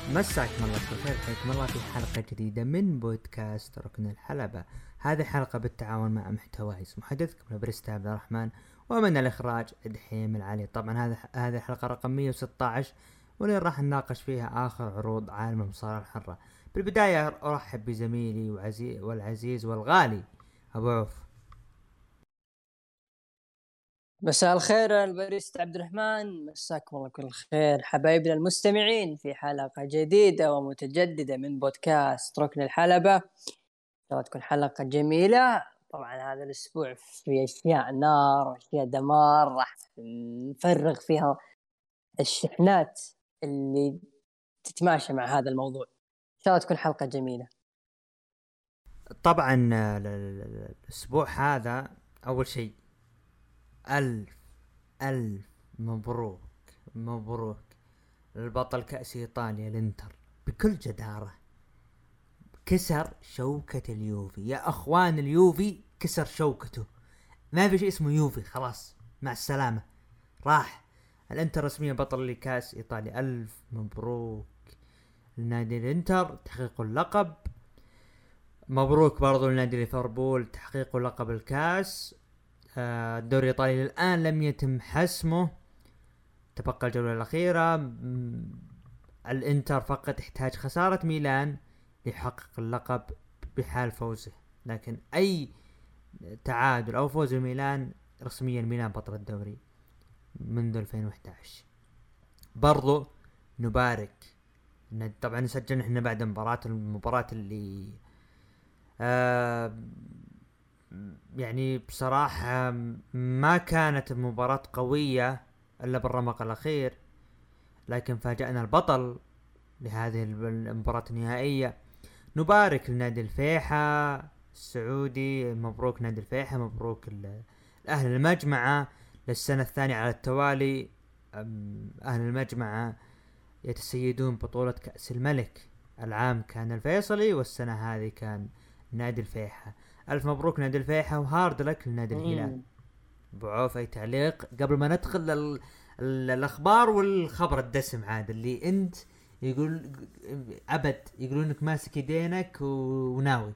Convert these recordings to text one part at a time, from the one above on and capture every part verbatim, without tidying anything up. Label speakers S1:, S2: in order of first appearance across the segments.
S1: مساكم الله بالخير، حياكم الله في حلقة جديدة من بودكاست ركن الحلبة. هذه حلقة بالتعاون مع محتوايز، محدثكم بريست عبد الرحمن، ومن الإخراج دحيم العلي. طبعا هذا هذه الحلقة رقم مية وستة عشر، واللي راح نناقش فيها آخر عروض عالم المصارعة الحرة. بالبداية أرحب بزميلي وعزيز والعزيز والغالي أبو عوف.
S2: مساء الخير الباريست عبد الرحمن، مساكم الله كل خير حبايبنا المستمعين في حلقة جديدة ومتجددة من بودكاست ركن الحلبة. إن شاء الله تكون حلقة جميلة. طبعا هذا الأسبوع في أشياء نار وأشياء دمار، راح نفرغ فيها الشحنات اللي تتماشى مع هذا الموضوع. إن شاء الله تكون حلقة جميلة.
S1: طبعا ال- ال- الأسبوع هذا أول شيء ألف ألف مبروك مبروك البطل كأس إيطاليا الانتر بكل جدارة. كسر شوكة اليوفي يا أخوان، اليوفي كسر شوكته، ما في شيء اسمه يوفي، خلاص مع السلامة، راح الانتر رسميا بطل لكأس إيطاليا. ألف مبروك لنادي الانتر تحقيق اللقب، مبروك برضو لنادي ليفربول تحقيق لقب الكاس. آه، الدوري الإيطالي الآن لم يتم حسمه، تبقى الجولة الأخيرة. الانتر فقط يحتاج خسارة ميلان ليحقق اللقب بحال فوزه، لكن أي تعادل أو فوز ميلان رسميا ميلان بطل الدوري منذ ألفين وإحدى عشر. برضو نبارك، طبعا سجلنا احنا بعد مباراة المباراة اللي آه يعني بصراحة ما كانت مباراة قوية إلا بالرمق الأخير، لكن فاجأنا البطل لهذه المباراة النهائية. نبارك لنادي الفيحة السعودي، مبروك نادي الفيحة، مبروك أهل المجمعة للسنة الثانية على التوالي. أهل المجمعة يتسيدون بطولة كأس الملك، العام كان الفيصلي والسنة هذه كان نادي الفيحة. ألف مبروك نادي الفيحة، وهارد لك لنادي الهلال. بعوف أي تعليق قبل ما ندخل لل... الأخبار والخبر الدسم عاد اللي أنت يقول أبد يقولون إنك ماسك يدينك و... وناوي؟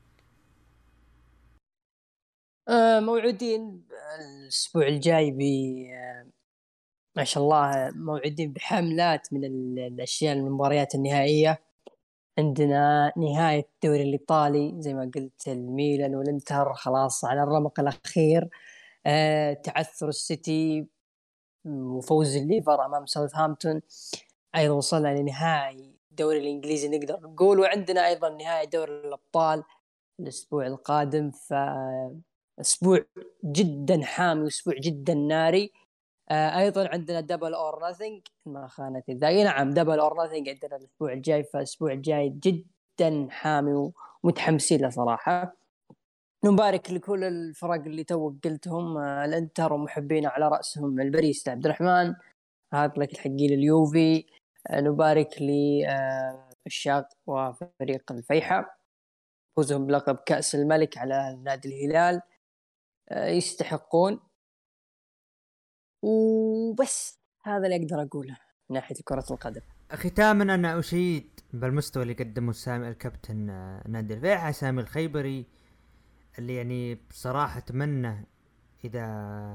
S2: آه موعودين الأسبوع الجاي ب آه ما شاء الله، موعدين بحملات من الأشياء المباريات النهائية. عندنا نهاية الدوري الإيطالي زي ما قلت، الميلان والإنتر خلاص على الرمق الأخير. آه تعثر السيتي وفوز الليفر أمام ساوثهامبتون. أيضا وصلنا لنهاية الدوري الإنجليزي نقدر نقول، وعندنا أيضا نهاية دوري الأبطال الأسبوع القادم. فأسبوع جدا حامي وأسبوع جدا ناري. آه أيضا عندنا دبل أور ناثينج ما خانت الذاكرة، نعم دبل أور ناثينج عندنا الأسبوع الجاي. فالأسبوع الجاي جدا حامي ومتحمسين له صراحة. نبارك لكل الفرق اللي تو قلتهم، آه الانتر ومحبينه على رأسهم الباريس عبد الرحمن، هذا لك الحقي لليوفي. آه نبارك لعشاق وفريق الفيحة فوزهم بلقب كأس الملك على نادي الهلال، آه يستحقون. وبس هذا اللي أقدر أقوله من ناحية كرة القدم.
S1: ختاما أنا أشيد بالمستوى اللي قدمه سامي الكابتن نادي الفيحة سامي الخيبري، اللي يعني بصراحة أتمنى إذا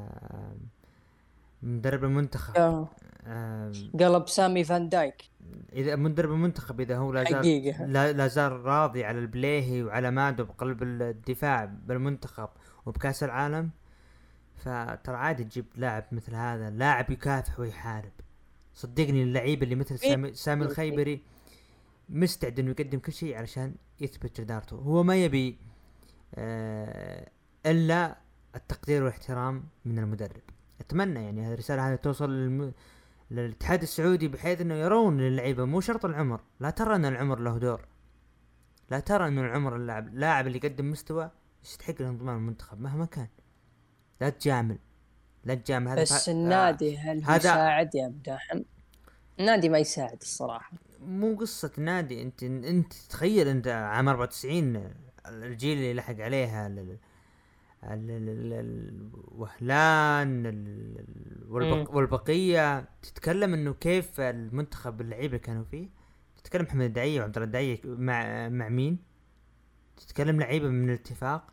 S1: مدرب المنتخب
S2: قلب سامي فان دايك،
S1: إذا مدرب المنتخب إذا هو لازال لا, لا زال راضي على البليهي وعلى مادو بقلب الدفاع بالمنتخب وبكاس العالم، فترى عادي تجيب لاعب مثل هذا، لاعب يكافح ويحارب. صدقني اللعيب اللي مثل سامي, سامي الخيبري مستعد انه يقدم كل شيء علشان يثبت جدارته. هو ما يبي آه الا التقدير والاحترام من المدرب. اتمنى يعني هذه الرسالة هذه توصل للم... للاتحاد السعودي، بحيث انه يرون للعيبة مو شرط العمر، لا ترى ان العمر له دور، لا ترى ان العمر اللاعب لاعب اللي يقدم مستوى يستحق الانضمام للمنتخب مهما كان. لا تجامل لا تجامل هذا.
S2: بس النادي هل هذا يساعد يا بداحم؟ النادي ما يساعد الصراحة.
S1: مو قصة نادي، انت انت تخيل انت عام أربعة وتسعين الجيل اللي لحق عليها الوهلان والبقية، تتكلم انه كيف المنتخب اللعيبة كانوا فيه، تتكلم محمد الدعية وعبد الله الدعية مع مع مين؟ تتكلم لعيبة من الاتفاق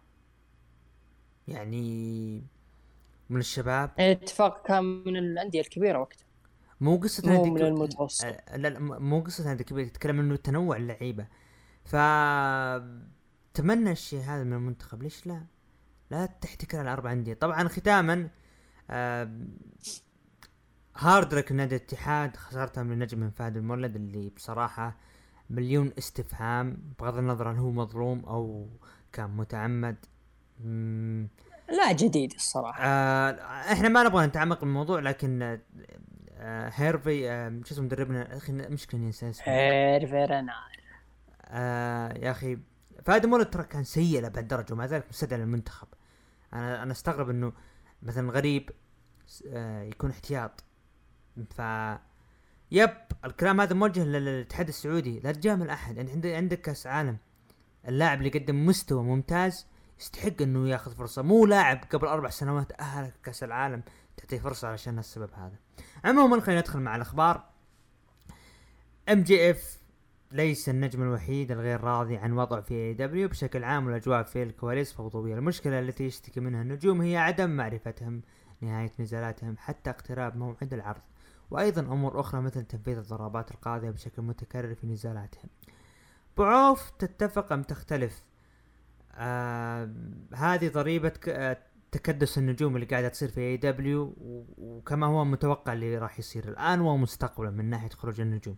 S1: يعني من الشباب.
S2: الاتفاق كان من الانديه الكبيره وقتها،
S1: مو قصة
S2: مو
S1: نادي
S2: من
S1: ك...
S2: المتوسط.
S1: لا لا مو قصة نادي كبير، تتكلم انه تنوع اللعيبة. ف تمنى الشيء هذا من المنتخب، ليش لا؟ لا تحتكر على اربع اندية. طبعا ختاما آه هارد لك نادي الاتحاد، خسارتها من النجم من فهد المولد اللي بصراحة مليون استفهام، بغض النظر هل هو مظلوم او كان متعمد. مم،
S2: لا جديد الصراحه.
S1: آه احنا ما نبغى نتعمق بالموضوع، لكن آه هيرفي آه شو اسمه مدربنا اخي، مشكلة ننسى اسمه.
S2: هير فيرنا.
S1: آه يا اخي فهد المولد ترى كان سيء لأبعد درجة، ومع ذلك مستدعى للمنتخب. انا انا استغرب انه مثلا غريب آه يكون احتياط. ف يب الكلام هذا موجه للاتحاد السعودي، لا تجامل احد. يعني عندك عندك كاس عالم، اللاعب اللي قدم مستوى ممتاز يستحق انه ياخذ فرصه، مو لاعب قبل اربع سنوات اهل كاس العالم تعطيه فرصه علشان السبب هذا. عموما خلينا ندخل مع الاخبار. ام جي اف ليس النجم الوحيد الغير راضي عن وضعه في اي دبليو بشكل عام، والاجواء في الكواليس فوضويه. المشكله التي يشتكي منها النجوم هي عدم معرفتهم نهايه نزالاتهم حتى اقتراب موعد العرض، وايضا امور اخرى مثل تنفيذ الضربات القاضيه بشكل متكرر في نزالاتهم. بعوف تتفق ام تختلف؟ آه هذه ضريبة آه تكدس النجوم اللي قاعدة تصير في اي دبليو، وكما هو متوقع اللي راح يصير الان ومستقبلا من ناحية خروج النجوم.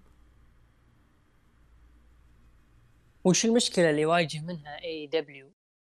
S2: وش المشكله اللي يواجه منها اي دبليو؟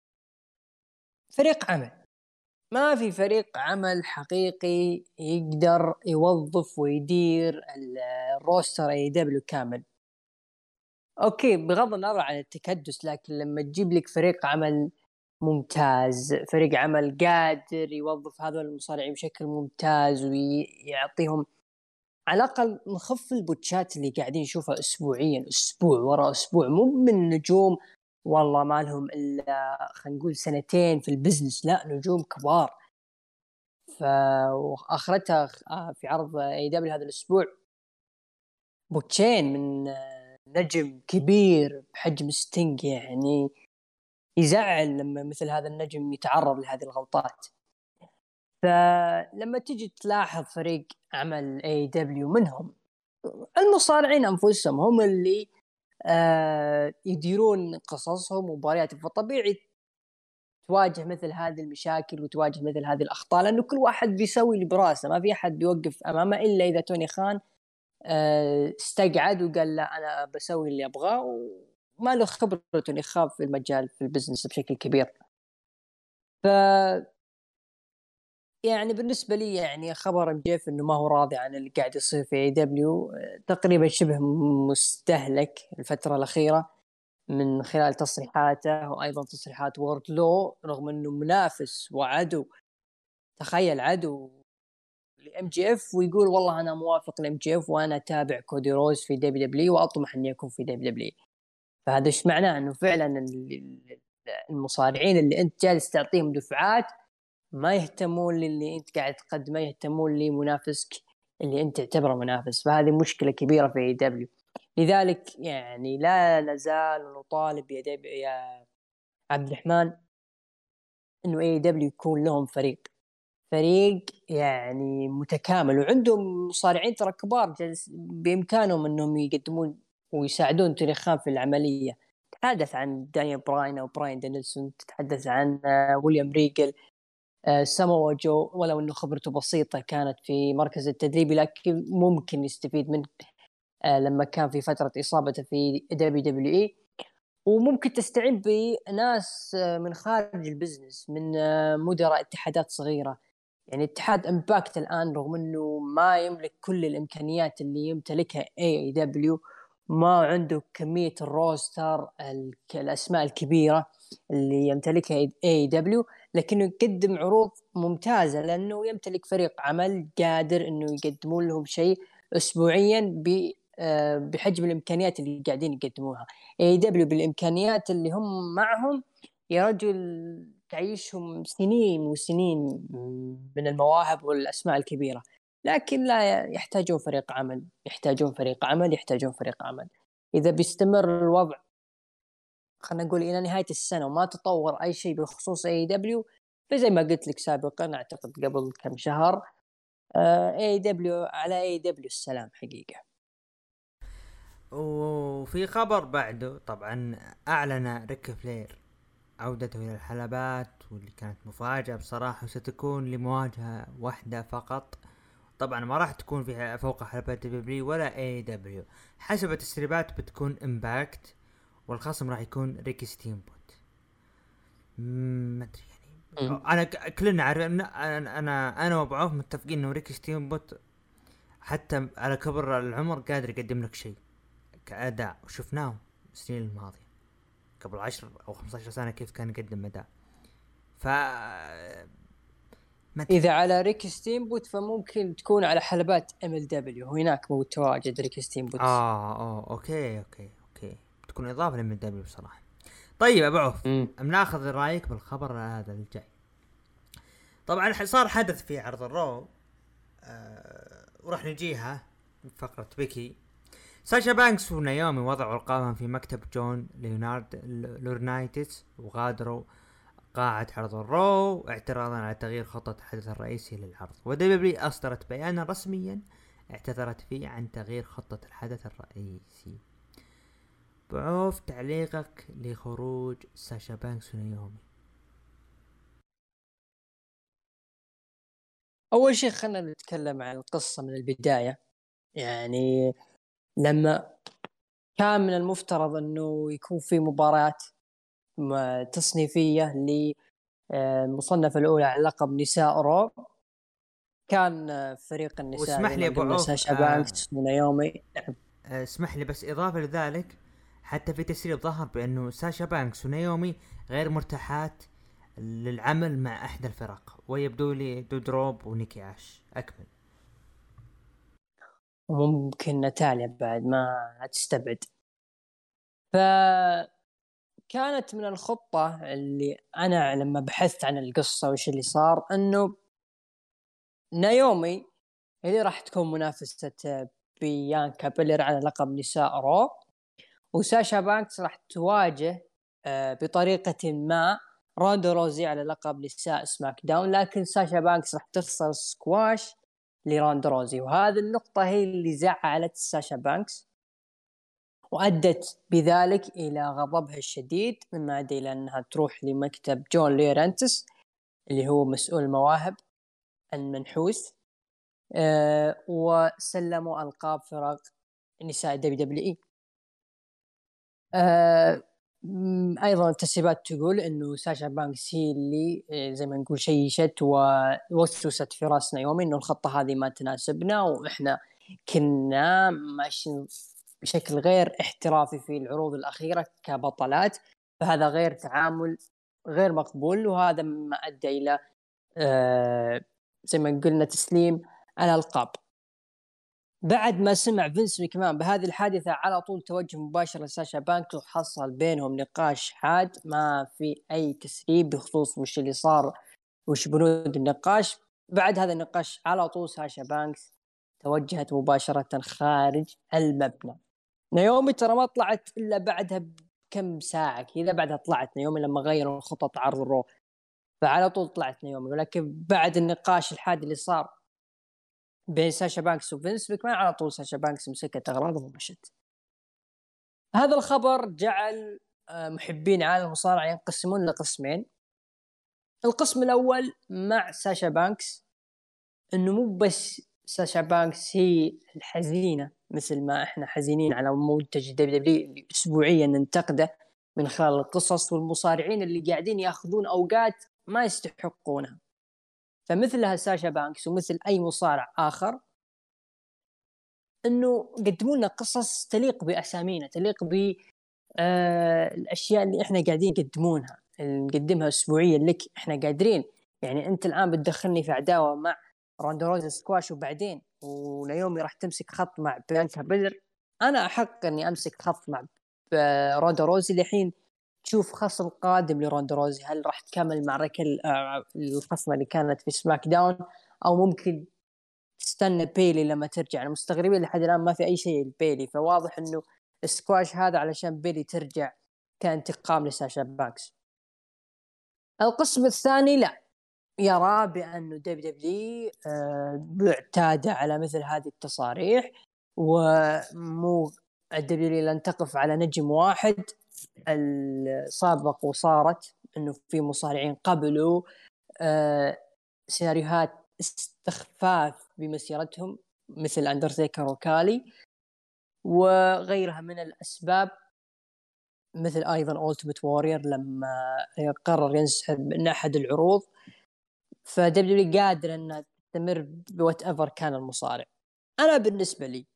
S2: فريق عمل، ما في فريق عمل حقيقي يقدر يوظف ويدير الروستر اي دبليو كامل. اوكي بغض النظر عن التكدس، لكن لما تجيب لك فريق عمل ممتاز، فريق عمل قادر يوظف هذول المصارعين بشكل ممتاز ويعطيهم على الاقل نخف البوتشات اللي قاعدين نشوفها اسبوعيا اسبوع ورا اسبوع، مو من نجوم والله ما لهم الا خلينا نقول سنتين في البزنس، لا نجوم كبار. فاخرتها في عرض اي دبليو هذا الاسبوع بوتشين من نجم كبير بحجم ستينج، يعني يزعل لما مثل هذا النجم يتعرض لهذه الغلطات. فلما تجي تلاحظ فريق عمل اي دبليو منهم المصارعين انفسهم هم اللي آه يديرون قصصهم ومبارياتهم، فطبيعي تواجه مثل هذه المشاكل وتواجه مثل هذه الاخطاء، لانه كل واحد بيسوي اللي براسه، ما في احد بيوقف امامه الا اذا توني خان آه استقعد وقال لا انا بسوي اللي ابغاه، وما له خبره توني خان في المجال في البزنس بشكل كبير. ف يعني بالنسبة لي يعني خبر ام جيف انه ما هو راضي عن اللي قاعد يصير في اي دبليو تقريبا شبه مستهلك الفترة الأخيرة من خلال تصريحاته وأيضا تصريحات وورد لو، رغم انه منافس وعدو، تخيل عدو لام جي اف ويقول والله انا موافق لام جي اف وانا اتابع كودي روز في دبليو دبليو واطمح اني اكون في دبليو دبليو. فهذا ايش معناه؟ انه فعلا المصارعين اللي انت جالس تعطيهم دفعات ما يهتمون للي انت قاعد تقدمه، يهتمون لمنافسك اللي انت تعتبره منافس. فهذه مشكلة كبيرة في اي دبليو. لذلك يعني لا نزال نطالب يا, دب... يا عبد الرحمن انه اي دبليو يكون لهم فريق فريق يعني متكامل، وعندهم مصارعين ترى كبار جالس بامكانهم انهم يقدمون ويساعدون توني خان في العملية. تتحدث عن دانيال براين او براين دانيلسون، تتحدث عن ويليام ريجل، سامو جو، ولو انه خبرته بسيطه كانت في مركز التدريب لكن ممكن يستفيد منه لما كان في فتره اصابته في دبليو دبليو اي. وممكن تستعين بناس من خارج البزنس، من مدراء اتحادات صغيره. يعني اتحاد امباكت الان رغم انه ما يملك كل الامكانيات اللي يمتلكها اي دبليو، ما عنده كميه الروستر الاسماء الكبيره اللي يمتلكها اي دبليو، لكنه يقدم عروض ممتازه لانه يمتلك فريق عمل قادر انه يقدمون لهم شيء اسبوعيا بحجم الامكانيات اللي قاعدين يقدموها. اي دبليو بالامكانيات اللي هم معهم يا رجل تعيشهم سنين وسنين من المواهب والاسماء الكبيره، لكن لا يحتاجون فريق عمل، يحتاجون فريق عمل، يحتاجون فريق عمل. اذا بيستمر الوضع خلينا نقول الى نهايه السنه وما تطور اي شيء بخصوص اي دبليو، فزي ما قلت لك سابقا اعتقد قبل كم شهر اي دبليو على اي دبليو السلام حقيقه.
S1: وفي خبر بعده طبعا اعلن ريك فلير عودته الى الحلبات، واللي كانت مفاجأة بصراحة، وستكون لمواجهة واحدة فقط. طبعا ما راح تكون في فوق حلبات دبليو ولا اي دبليو، حسب التسريبات بتكون امباكت، والخصم راح يكون ريكي ستيمبوت. ما ادري يعني، انا كلنا عارفين، انا انا انا وابو عوف متفقين انه ريكي ستيمبوت حتى على كبر العمر قادر يقدم لك شيء كأداء، وشفناه السنين الماضية قبل عشر او خمسة عشر سنة كيف كان يقدم أداء. ف
S2: اذا على ريك ستيمبوت فممكن تكون على حلبات ام ال دبليو، هناك مو تواجد ريك ستيمبوت.
S1: اه اه اوكي اوكي اوكي بتكون اضافة لام ال دبليو بصراحة. طيب ابو عوف، بناخذ رايك بالخبر هذا الجاي. طبعا صار حدث في عرض الرو، آه وراح نجيها فقرة بيكي. ساشا بانكس ونايومي وضعوا القائمة في مكتب جون ليونارد لورنايتس، وغادروا قاعة عرض الرو اعتراضا على تغيير خطة الحدث الرئيسي للعرض، ودبليو أصدرت بيانا رسميا اعتذرت فيه عن تغيير خطة الحدث الرئيسي. بعوف تعليقك لخروج ساشا بانكس ونايومي.
S2: اول شيء خلينا نتكلم عن القصة من البداية. يعني لما كان من المفترض انه يكون في مباراة تصنيفية للمصنفة الاولى على لقب نساء رو، كان فريق النساء
S1: واسمح
S2: زي
S1: لي
S2: ما
S1: ابو
S2: قلنا
S1: عوف،
S2: ساشا
S1: آه
S2: بانكس ونايومي.
S1: آه اسمح لي بس اضافة لذلك، حتى في تسريب ظهر بانه ساشا بانكس ونايومي غير مرتاحات للعمل مع احدى الفرق، ويبدو لي دودروب ونيكي عاش. اكمل.
S2: وممكن ناتاليا بعد ما تستبعد. فكانت من الخطة اللي أنا لما بحثت عن القصة وش اللي صار، أنه نايومي اللي راح تكون منافسة بيانكا بيلر على لقب نساء رو، وساشا بانكس راح تواجه بطريقة ما روندا روزي على لقب نساء سماك داون، لكن ساشا بانكس راح تخسر سكواش لروندا روزي، وهذه النقطة هي اللي زعلت ساشا بانكس وأدت بذلك إلى غضبها الشديد، مما أدى إلى أنها تروح لمكتب جون ليرانتس اللي هو مسؤول المواهب المنحوس، أه وسلموا ألقاب فرق نساء دبليو دبليو إي. أه أيضا التسريبات تقول أنه ساشا بانكس هي اللي زي ما نقول شيشت ووسوست في راس نايومي أنه الخطة هذه ما تناسبنا، وإحنا كنا ماشيين بشكل غير احترافي في العروض الأخيرة كبطلات، فهذا غير تعامل غير مقبول، وهذا ما أدى إلى آه زي ما قلنا تسليم الألقاب. بعد ما سمع فينس ماكمان بهذه الحادثة على طول توجه مباشر لساشا بانكس، وحصل بينهم نقاش حاد ما في أي تسريب بخصوص وش اللي صار وش بنود النقاش. بعد هذا النقاش على طول ساشا بانكس توجهت مباشرة خارج المبنى. نايومي ترى ما طلعت إلا بعدها بكم ساعة كذا، بعدها طلعت نايومي لما غيروا خطط عرض الرو، فعلى طول طلعت نايومي. ولكن بعد النقاش الحاد اللي صار بين ساشا بانكس وفينس ماكمان على طول ساشا بانكس مسكت أغراضه ومشت. هذا الخبر جعل محبين عالم المصارعة ينقسمون لقسمين. القسم الأول مع ساشا بانكس، إنه مو بس ساشا بانكس هي الحزينة مثل ما احنا حزينين على منتج دبليو دبليو اسبوعيا ننتقده من خلال القصص والمصارعين اللي قاعدين ياخذون اوقات ما يستحقونها، فمثلها ساشا بانكس ومثل اي مصارع اخر انه قدموا لنا قصص تليق باسامينا، تليق ب آه الاشياء اللي احنا قاعدين نقدمونها نقدمها اسبوعيا لك. احنا قادرين، يعني انت الان بتدخلني في عداوه مع روندا روزي سكواش وبعدين ونايومي راح تمسك خط مع بيانكا بيلر، انا احق اني امسك خط مع روندا روزي. لحين تشوف خصم قادم لروندا روزي، هل راح تكمل مع ركل الخصمه اللي كانت في سماك داون، او ممكن تستنى بيلي لما ترجع. المستغربين لحد الان ما في اي شيء لبيلي، فواضح انه السكواش هذا علشان بيلي ترجع كانتقام لساشا بانكس. القسم الثاني لا يرى بأنه دبليو دبليو معتادة على مثل هذه التصاريح، ومو الدبليو لن تقف على نجم واحد. السابق وصارت انه في مصارعين قبلوا آه سيناريوهات استخفاف بمسيرتهم مثل اندرتيكر وكالي وغيرها من الاسباب، مثل ايضا اولتيميت وورير لما قرر ينسحب من احد العروض. فدبليو قادر انها تستمر بوات ايفر كان المصارع. انا بالنسبه لي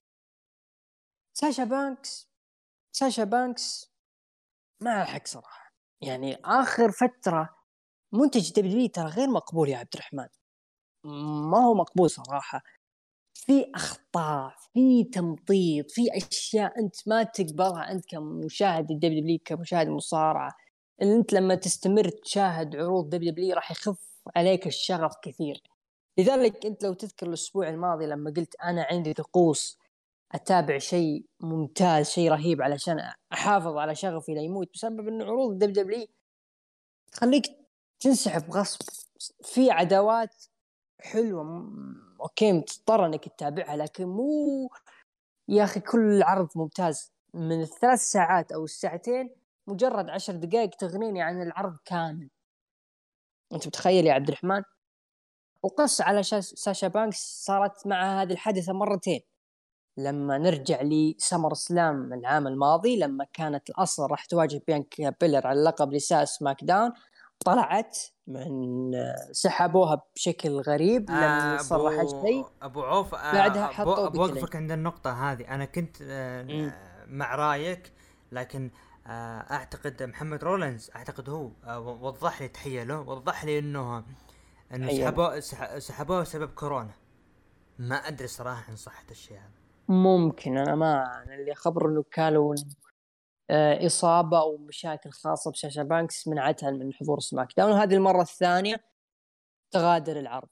S2: ساشا بانكس ساشا بانكس ما حق صراحه، يعني اخر فتره منتج دبليو ترى غير مقبول يا عبد الرحمن، ما هو مقبول صراحه. في اخطاء، في تمطيط، في اشياء انت ما تقبلها انت كمشاهد الدبليو كمشاهد مصارعه. اللي انت لما تستمر تشاهد عروض دبليو راح يخف عليك الشغف كثير. لذلك انت لو تذكر الاسبوع الماضي لما قلت انا عندي طقوس اتابع شيء ممتاز شيء رهيب علشان احافظ على شغفي لا يموت، بسبب ان عروض الدبليو دبليو تخليك تنسحب غصب. في عداوات حلوه م... اوكي مضطر انك تتابعها، لكن مو يا اخي كل عرض ممتاز من الثلاث ساعات او الساعتين مجرد عشر دقائق تغنيني عن العرض كامل. انت متخيل يا عبد الرحمن؟ وقص على ساشا بانكس صارت مع هذه الحادثة مرتين. لما نرجع لسمر سلام العام الماضي لما كانت الأصل راح تواجه بيانكا بيلر على اللقب نساء سماك داون، طلعت من سحبوها بشكل غريب لم
S1: آه
S2: يصرح
S1: ابو
S2: شيء.
S1: ابو عوف،
S2: بعدها
S1: آه ابو
S2: حطوا
S1: ابو
S2: بيكلي.
S1: وقفك عند النقطة هذه. انا كنت آه مع رايك، لكن آه اعتقد محمد رولنز اعتقد هو آه وضح لي، تحية له، وضح لي انه انه
S2: حيلا.
S1: سحبوه سحبوه بسبب كورونا. ما ادري صراحة عن صحة الشيء هذا.
S2: ممكن أنا ما أنا اللي خبر إنه كانوا آه إصابة أو مشاكل خاصة بشاشا بانكس منعتها من حضور سماك داون، وهذه المرة الثانية تغادر العرض.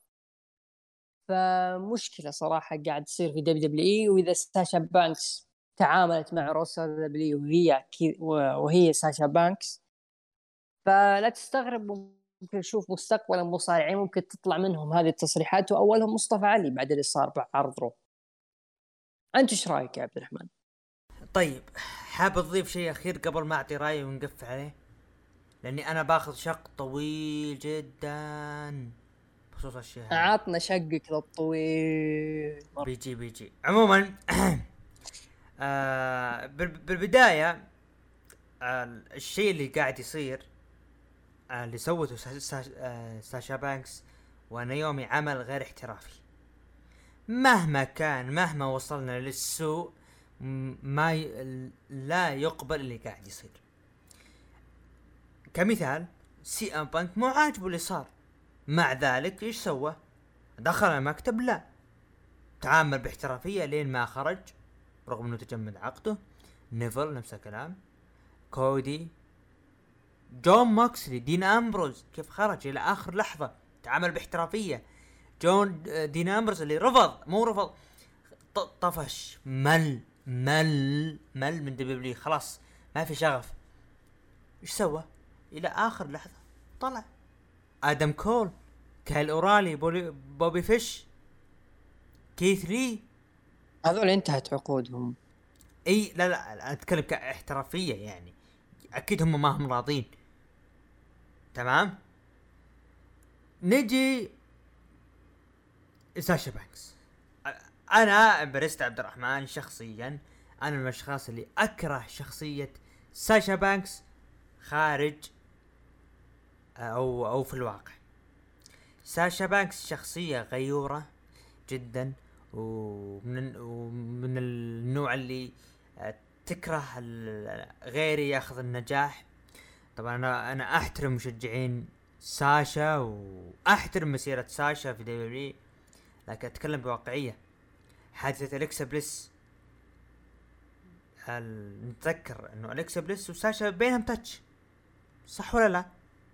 S2: فمشكلة صراحة قاعد تصير في دبليو دبليو اي. واذا ساشا بانكس تعاملت مع روسا دبليو وهي وهي ساشا بانكس، فلا تستغرب ممكن نشوف مستقبلا مصارعين ممكن تطلع منهم هذه التصريحات، واولهم مصطفى علي بعد اللي صار بعرض رو. انت ايش رايك يا عبد الرحمن؟
S1: طيب، حاب تضيف شيء اخير قبل ما اعطي رايي ونقف عليه؟ لاني انا باخذ شق طويل جدا بخصوص الشيء هذا.
S2: عطنا شقك للطويل.
S1: بيجي بيجي عموما. آه بالبداية، آه الشيء اللي قاعد يصير، آه اللي سوته ساشا, آه ساشا بانكس ونايومي عمل غير احترافي. مهما كان، مهما وصلنا للسوق، ما ي... لا يقبل اللي قاعد يصير. كمثال، سي ام بانك مو عاجبه اللي صار، مع ذلك ايش سوى؟ دخل المكتب، لا تعامل باحترافية لين ما خرج رغم انه تجمد عقده. نيفل نفس الكلام، كودي، جون موكسلي، دين امبروز كيف خرج الى اخر لحظة تعامل باحترافية. جون دين امبروز اللي رفض، مو رفض، طفش، مل مل مل من دبليو، خلاص ما في شغف. ايش سوى؟ الى اخر لحظة طلع. ادم كول، كايل اورالي، بوبي فيش، كيث لي،
S2: هذول انتهت عقودهم.
S1: اي لا لا انا اتكلم كاحترافيه، يعني اكيد هم ما هم راضين. تمام. نجي ساشا بانكس. انا برست عبد الرحمن شخصيا، انا من الاشخاص اللي اكره شخصيه ساشا بانكس خارج او او في الواقع. ساشا بانكس شخصيه غيوره جدا، ومن ومن النوع اللي تكره غيري ياخذ النجاح. طبعا انا انا احترم مشجعين ساشا واحترم مسيرة ساشا في دبليو، لكن اتكلم بواقعية. حادثة اليكسا بليس، هل نتذكر انه اليكسا بليس وساشا بينهم تاتش، صح ولا لا؟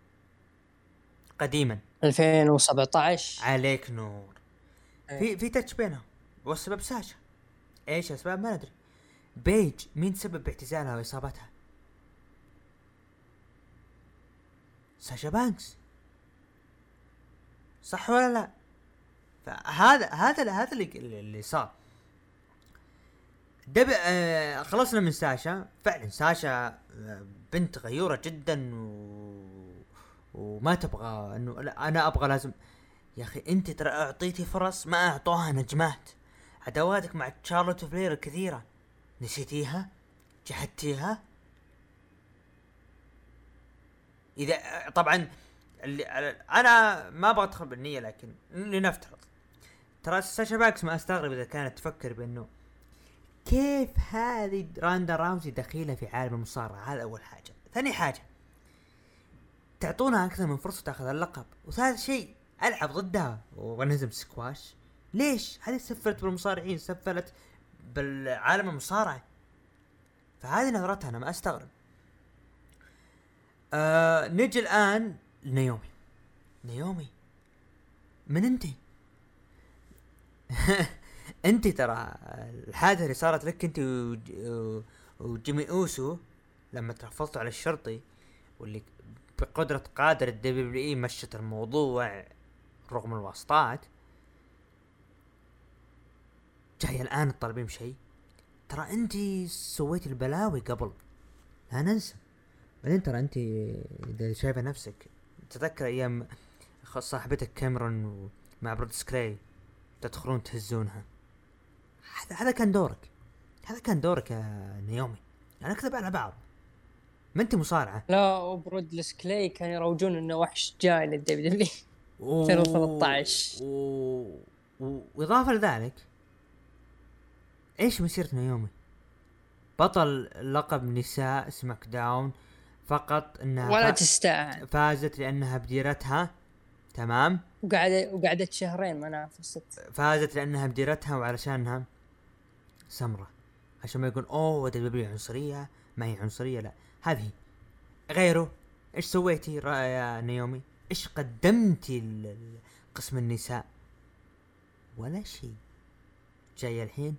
S1: قديما
S2: ألفين وسبعة عشر
S1: عليك نور. في في تاتش بينهم، والسبب ساشا. ايش الاسباب؟ ما ندري. بيج مين سبب باعتزالها واصابتها؟ ساشا بانكس، صح ولا لا؟ فهذا هذا هذا اللي اللي صار. دب آه خلصنا من ساشا. فعلا ساشا آه بنت غيورة جدا و... وما تبغى انه لا انا ابغى لازم. يا اخي انت ترى اعطيتي فرص ما اعطوها نجمات. عداواتك مع تشارلوت فلير كثيرة، نسيتيها؟ جحدتيها؟ اذا طبعا اللي انا ما ابغى ادخل بالنية، لكن لنفترض ترى ساشا باكس ما استغرب اذا كانت تفكر بانه كيف هذه راندا راوزي دخيلة في عالم المصارعة. هذا اول حاجة. ثاني حاجة تعطونها اكثر من فرصة تاخذ اللقب. وثالث شيء العب ضدها ونهزم سكواش. ليش؟ هذه سفلت بالمصارعين، سفلت بالعالم المصارعة. فهذه نظرتها انا ما استغرب. آه نجي الان لنيومي. نيومي من انتي؟ انت ترى الحادثة اللي صارت لك انت وجيمي اوسو لما ترفضتوا على الشرطي، واللي بقدرة قادر الدبليو اي مشت الموضوع رغم الواسطات، جاي الان تطالبين بشيء؟ ترى انت سويتي البلاوي قبل، لا ننسى. بعدين ترى انت اذا شايفه نفسك تذكر ايام صاحبتك كاميرون مع برود سكراي تدخلون تهزونها. هذا هذا كان دورك، هذا كان دورك يا نيومي. انا اكذب على بعض، ما انت مصارعه.
S2: لا وبرود سكلاي كان يروجون انه وحش جاي للدبليو دبليو ألفين وثلاثة عشر.
S1: و... و... واضافه لذلك ايش مسيرة نيومي؟ بطل لقب نساء سماك داون فقط، انها
S2: ولا
S1: ف...
S2: تستاهل.
S1: فازت لانها بديرتها، تمام،
S2: وقعدت وقعدت شهرين ما نافست.
S1: فازت لانها بديرتها وعلشانها سمرة، عشان ما يقول اوه دبليو عنصرية. ما هي عنصرية، لا هذه غيره. ايش سويتي يا نيومي؟ ايش قدمتي لقسم النساء؟ ولا شيء. جاي الحين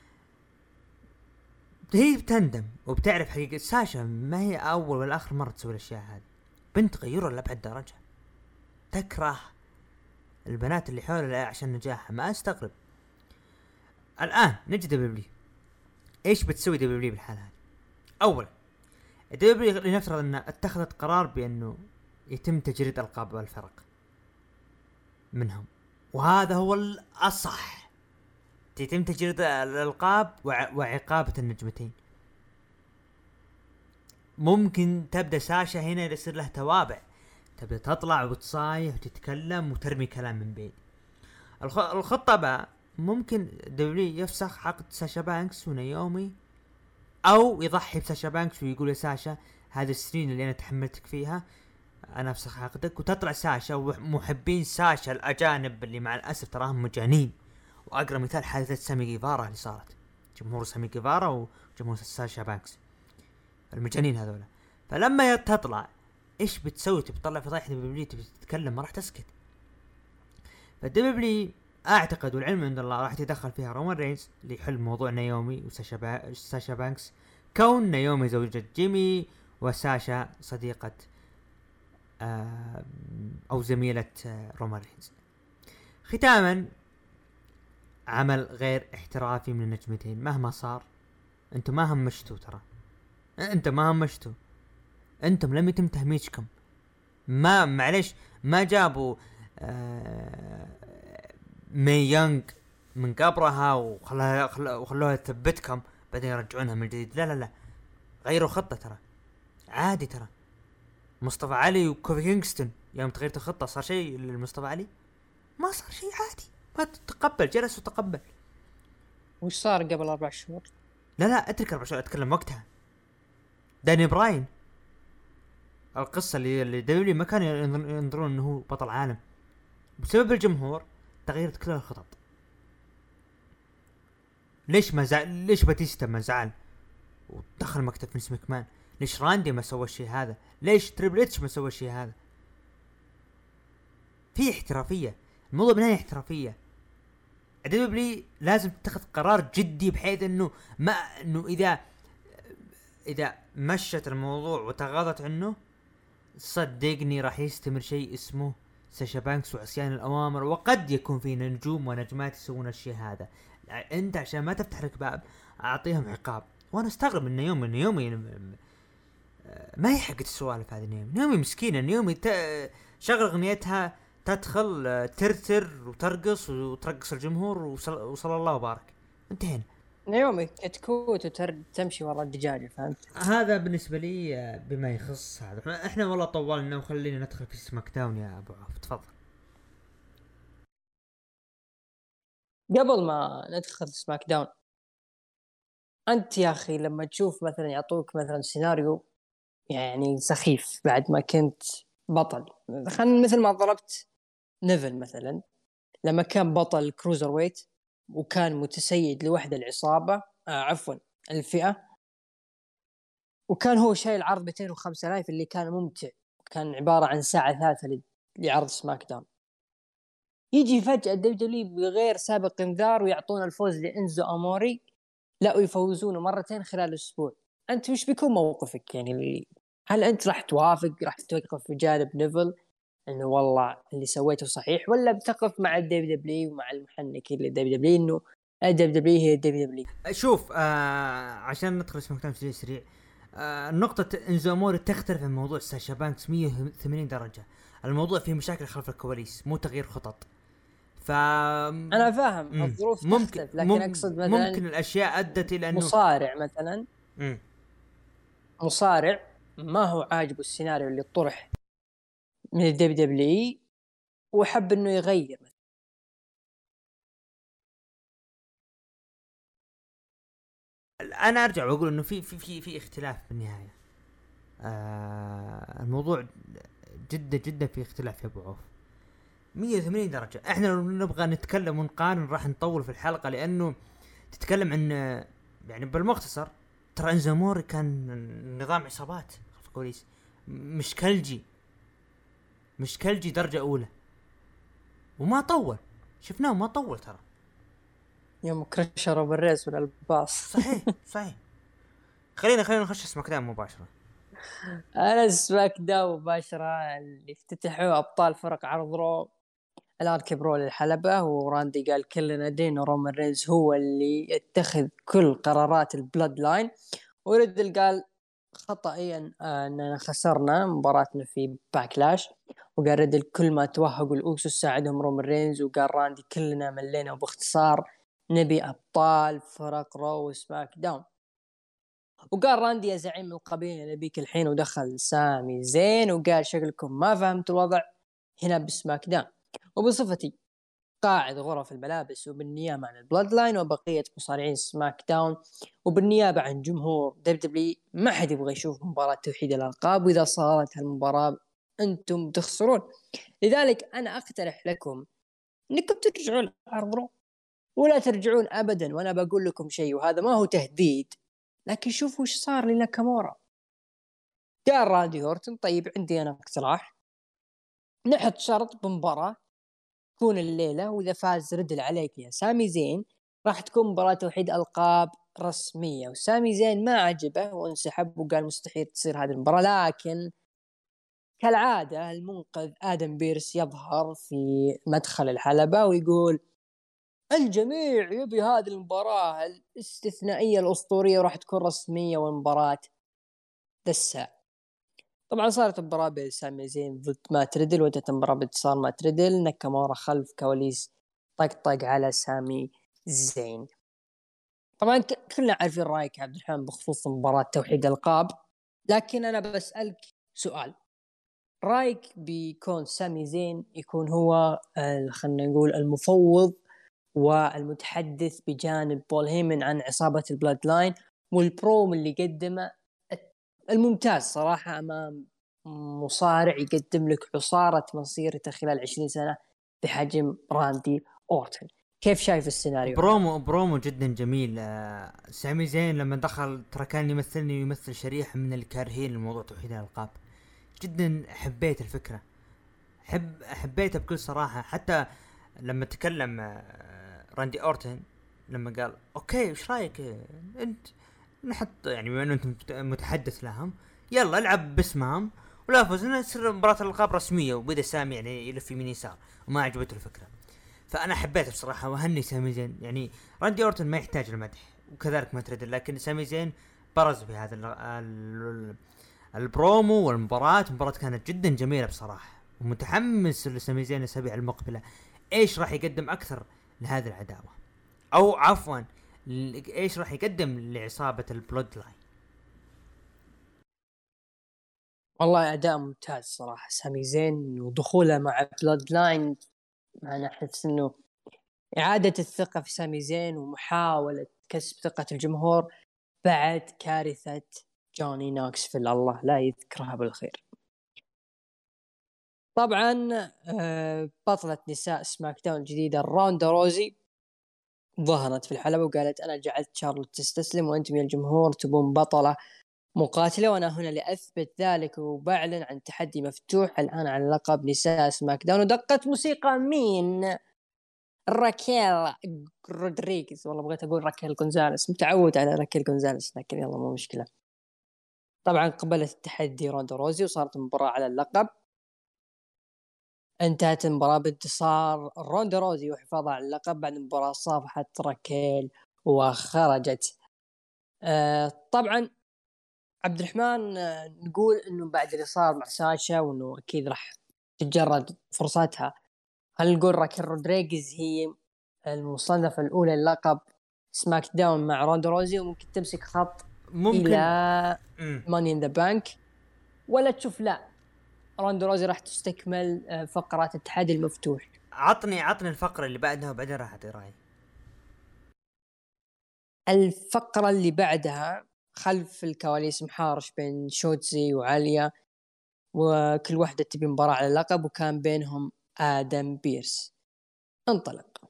S1: هي بتندم وبتعرف حقيقة. ساشا ما هي اول ولا اخر مرة تسوي الاشياء هذه. بنت غيورة لأبعد درجة، تكره البنات اللي حولها عشان نجاحها. ما استغرب. الان نجي دبليو. ايش بتسوي دبليو بالحالة هذه؟ اولا دبليو لنفترض انها اتخذت قرار بانه يتم تجريد القاب الفرق منهم، وهذا هو الاصح. يتم تجريد الالقاب وعقابة النجمتين. ممكن تبدأ ساشا هنا يصير له توابع، تبدأ تطلع وتصايح وتتكلم وترمي كلام من بين. الخطة بقى ممكن دبليو يفسخ عقد ساشا بانكس ونيومي، او يضحي بساشا بانكس ويقول يا ساشا هذه السنين اللي انا تحملتك فيها انا افسخ عقدك. وتطلع ساشا ومحبين ساشا الاجانب اللي مع الاسف تراهم مجانين. واقرب مثال حادثة سامي جيفارا اللي صارت، جمهور سامي جيفارا وجمهور ساشا بانكس المجانين هذولا. فلما تطلع ايش بتسوي؟ تطلع فضايح دبليو، تبي تتكلم ما راح تسكت. فدبليو اعتقد والعلم عند الله راح يتدخل فيها رومان رينز ليحل موضوع نيومي وساشا با... ساشا بانكس، كون نيومي زوجة جيمي وساشا صديقة آه او زميلة آه رومان رينز. ختاما، عمل غير احترافي من النجمتين مهما صار. انتم ما همشتوا، ترى انت ما همشتوا، انتم لم يتم تهميشكم. ما معليش ما جابوا آه مي يونغ من قبرها وخلوها وخلوها تثبتكم بعدين يرجعونها من جديد. لا لا لا، غيروا خطة. ترى عادي. ترى مصطفى علي وكوفي كينغستون يوم تغيرت الخطة صار شيء للمصطفى علي؟ ما صار شيء، عادي. ما تتقبل، جلس وتقبل.
S2: وش صار قبل أربع شهور؟
S1: لا لا اترك أربع شهور، اتكلم وقتها. داني براين القصة اللي اللي دبليو ما كانوا ينظرون انه هو بطل عالم بسبب الجمهور، تغيرت كل الخطط. ليش ما زعل؟ ليش باتيستا ما زعل ودخل مكتب فينس ماكمان؟ ليش راندي ما سوى الشيء هذا؟ ليش تريبل اتش ما سوى الشيء هذا؟ في احترافية، الموضوع بناية احترافية. دبليو لازم تتخذ قرار جدي بحيث انه ما انه اذا اذا مشت الموضوع وتغاضت عنه صدقني راح يستمر شيء اسمه ساشا بانكس وعصيان الأوامر، وقد يكون في نجوم ونجمات يسوون الشيء هذا. انت عشان ما تفتح لك باب اعطيهم عقاب. وانا استغرب ان يوم ان يومي ما هي حقت السوالف هذه. نيومي نيومي مسكينه، نيومي ت... شغل اغنيتها تدخل ترتر وترقص وترقص الجمهور وصل, وصل الله وبارك، انتهينا.
S2: نيومي تكوت وتمشي ورا الدجاجة، فهمت؟
S1: هذا بالنسبة لي بما يخص هذا. احنا والله طولنا وخلينا ندخل في سماك داون يا ابو عوف، تفضل.
S2: قبل ما ندخل سماك داون، انت يا اخي لما تشوف مثلا يعطوك مثلا سيناريو يعني سخيف بعد ما كنت بطل، خلينا مثل ما ضربت نيفل مثلا لما كان بطل كروزر ويت وكان متسيد لوحده العصابة، آه عفوا الفئة، وكان هو شايل عرض مئتين وخمسة آلاف اللي كان ممتع، كان عبارة عن ساعة ثالثة لعرض سماك داون. يجي فجأة دبليو بغير سابق انذار ويعطون الفوز لإنزو أموري، لا ويفوزونه مرتين خلال أسبوع. أنت مش بيكون موقفك يعني؟ هل أنت راح توافق، راح توقف في جانب نيفل إنه والله اللي سويته صحيح، ولا بتقف مع الدبليو دبليو ومع المحنك اللي دبليو دبليو إنه الدبليو دبليو هي الدبليو دبليو؟
S1: شوف آه عشان ندخل سماك داون سريع سريع، آه نقطة إنزو أموري تختلف عن موضوع ساشا بانكس مية وثمانين درجة. الموضوع فيه مشاكل خلف الكواليس، مو تغيير خطط. ف
S2: أنا فاهم الظروف
S1: ممكن
S2: تختلف، لكن
S1: مم
S2: أقصد مثلا
S1: ممكن الأشياء أدت إلى أنه
S2: مصارع مثلا
S1: مم.
S2: مصارع ما هو عاجبه السيناريو اللي طرح من الدبليو دبليو وحب إنه يغير.
S1: انا ارجع واقول انه في في في في اختلاف بالنهايه. آه الموضوع جدا جدا في اختلاف يا ابو عوف مية وثمانين درجه. احنا لو نبغى نتكلم ونقارن راح نطول في الحلقه، لانه تتكلم عن يعني بالمختصر ترى انزاموري كان نظام عصابات في الكواليس، مش كلجي مش كلجي درجه اولى، وما طول. شفناه ما طول ترى
S2: يوم كرشروا بالريس ولا الباص.
S1: صحيح صحيح. خلينا خلينا نخش سماك داون مباشره.
S2: انا سماك داون مباشره اللي افتتحوا ابطال فرق عرض رو الان كبروا للحلبه، وراندي قال كلنا دين رومان رينز هو اللي يتخذ كل قرارات البلاد لاين، وريدل قال خطأيا اننا خسرنا مباراتنا في باكلاش، وقال ريدل كل ما توهقوا الاوسوس ساعدهم رومان رينز، وقال راندي كلنا ملينا، وباختصار نبي ابطال فرق رو وسماك داون. وقال راندي يا زعيم القبيلة نبيك الحين، ودخل سامي زين وقال شكلكم ما فهمت الوضع هنا بسماك داون، وبصفتي قاعد غرف الملابس وبالنيابة عن البلاد لاين وبقية مصارعين سماك داون وبالنيابة عن جمهور دبليو ما حد يبغى يشوف مباراة توحيد الألقاب، وإذا صارت هالمباراة أنتم تخسرون. لذلك أنا أقترح لكم أنكم ترجعون العرض رو ولا ترجعون أبدا، وأنا بقول لكم شيء وهذا ما هو تهديد، لكن شوفوا وش صار لناكامورا. قال راندي هورتن طيب عندي أنا اقتراح، نحط شرط بمباراة تكون الليلة، وإذا فاز ردل عليك يا سامي زين راح تكون مباراة توحيد ألقاب رسمية. وسامي زين ما عجبه وانسحب وقال مستحيل تصير هذه المباراة، لكن كالعادة المنقذ آدم بيرس يظهر في مدخل الحلبة ويقول الجميع يبي هذه المباراة الاستثنائية الأسطورية وراح تكون رسمية والمباراة الساعة. طبعا صارت مباراة بين سامي زين ضد مات ريدل، وانتهت المباراة بانتصار مات ريدل. ناكامورا خلف كواليس طقطق على سامي زين. طبعا كلنا عارفين رايك عبد الرحمن بخصوص مباراة توحيد الألقاب، لكن أنا بسألك سؤال، رايك بكون سامي زين يكون هو خلينا نقول المفوض والمتحدث بجانب بول هيمن عن عصابة البلاد لاين، والبروم اللي قدمه الممتاز صراحة أمام مصارع يقدم لك عصارة مسيرته خلال عشرين سنة بحجم راندي أورتن، كيف شايف السيناريو؟
S1: برومو برومو جدا جميل. آه سامي زين لما دخل ترى كان يمثلني ويمثل شريحة من الكارهين لموضوع توحيد الألقاب. جدا حبيت الفكرة، حب حبيتها بكل صراحة. حتى لما تكلم راندي اورتن لما قال اوكي ايش رايك انت نحط يعني بما انه انت متحدث لهم يلا العب باسمهم ولا فزنا تصير مباراة الألقاب رسمية، وبدأ سامي يعني يلف يمين يسار وما عجبته الفكرة. فأنا حبيت بصراحة وهني سامي زين. يعني راندي أورتن ما يحتاج المدح وكذلك ما تريد، لكن سامي زين برز بهذا ال ال البرومو والمباراة. المباراة كانت جدا جميلة بصراحة، ومتحمس لسامي زين الأسابيع المقبلة ايش راح يقدم أكثر لهذه العداوة، أو عفوا ايش راح يقدم لعصابة البلود لاين.
S2: والله اداء ممتاز صراحه سامي زين، ودخوله مع بلود لاين انا احس انه اعاده الثقه في سامي زين ومحاوله كسب ثقه الجمهور بعد كارثه جوني نوكسفيل، الله لا يذكرها بالخير. طبعا بطلة نساء سماك داون الجديدة روندا روزي ظهرت في الحلبة وقالت أنا جعلت شارلوت تستسلم وأنتم يا الجمهور تبون بطلة مقاتلة، وأنا هنا لأثبت ذلك، وبعلن عن تحدي مفتوح الآن على لقب نساء سماك داون. ودقت موسيقى مين؟ راكيل رودريغيز، والله بغيت أقول راكيل غونزاليس، متعود على راكيل غونزاليس لكن يلا مو مشكلة. طبعا قبلت التحدي روندا روزي وصارت مباراة على اللقب. انتهت المباراة بانتصار روندا روزي وحفاظها على اللقب. بعد المباراة صافحت راكيل وخرجت. آه طبعا عبد الرحمن آه نقول انه بعد اللي صار مع ساشا وانه اكيد راح تتجرد فرصتها، هل نقول راكيل رودريغيز هي المصنفة الاولى للقب سماك داون مع روندا روزي وممكن تمسك خط
S1: ممكن
S2: الى ماني ان ذا بانك، ولا تشوف لا روندا روزي راح تستكمل فقرات التحدي المفتوح؟
S1: عطني عطني الفقرة اللي بعدها وبعدين راح أعطي رأيي.
S2: الفقرة اللي بعدها خلف الكواليس محارش بين شوتزي وعالية، وكل واحدة تبي مباراة على اللقب، وكان بينهم آدم بيرس. انطلق.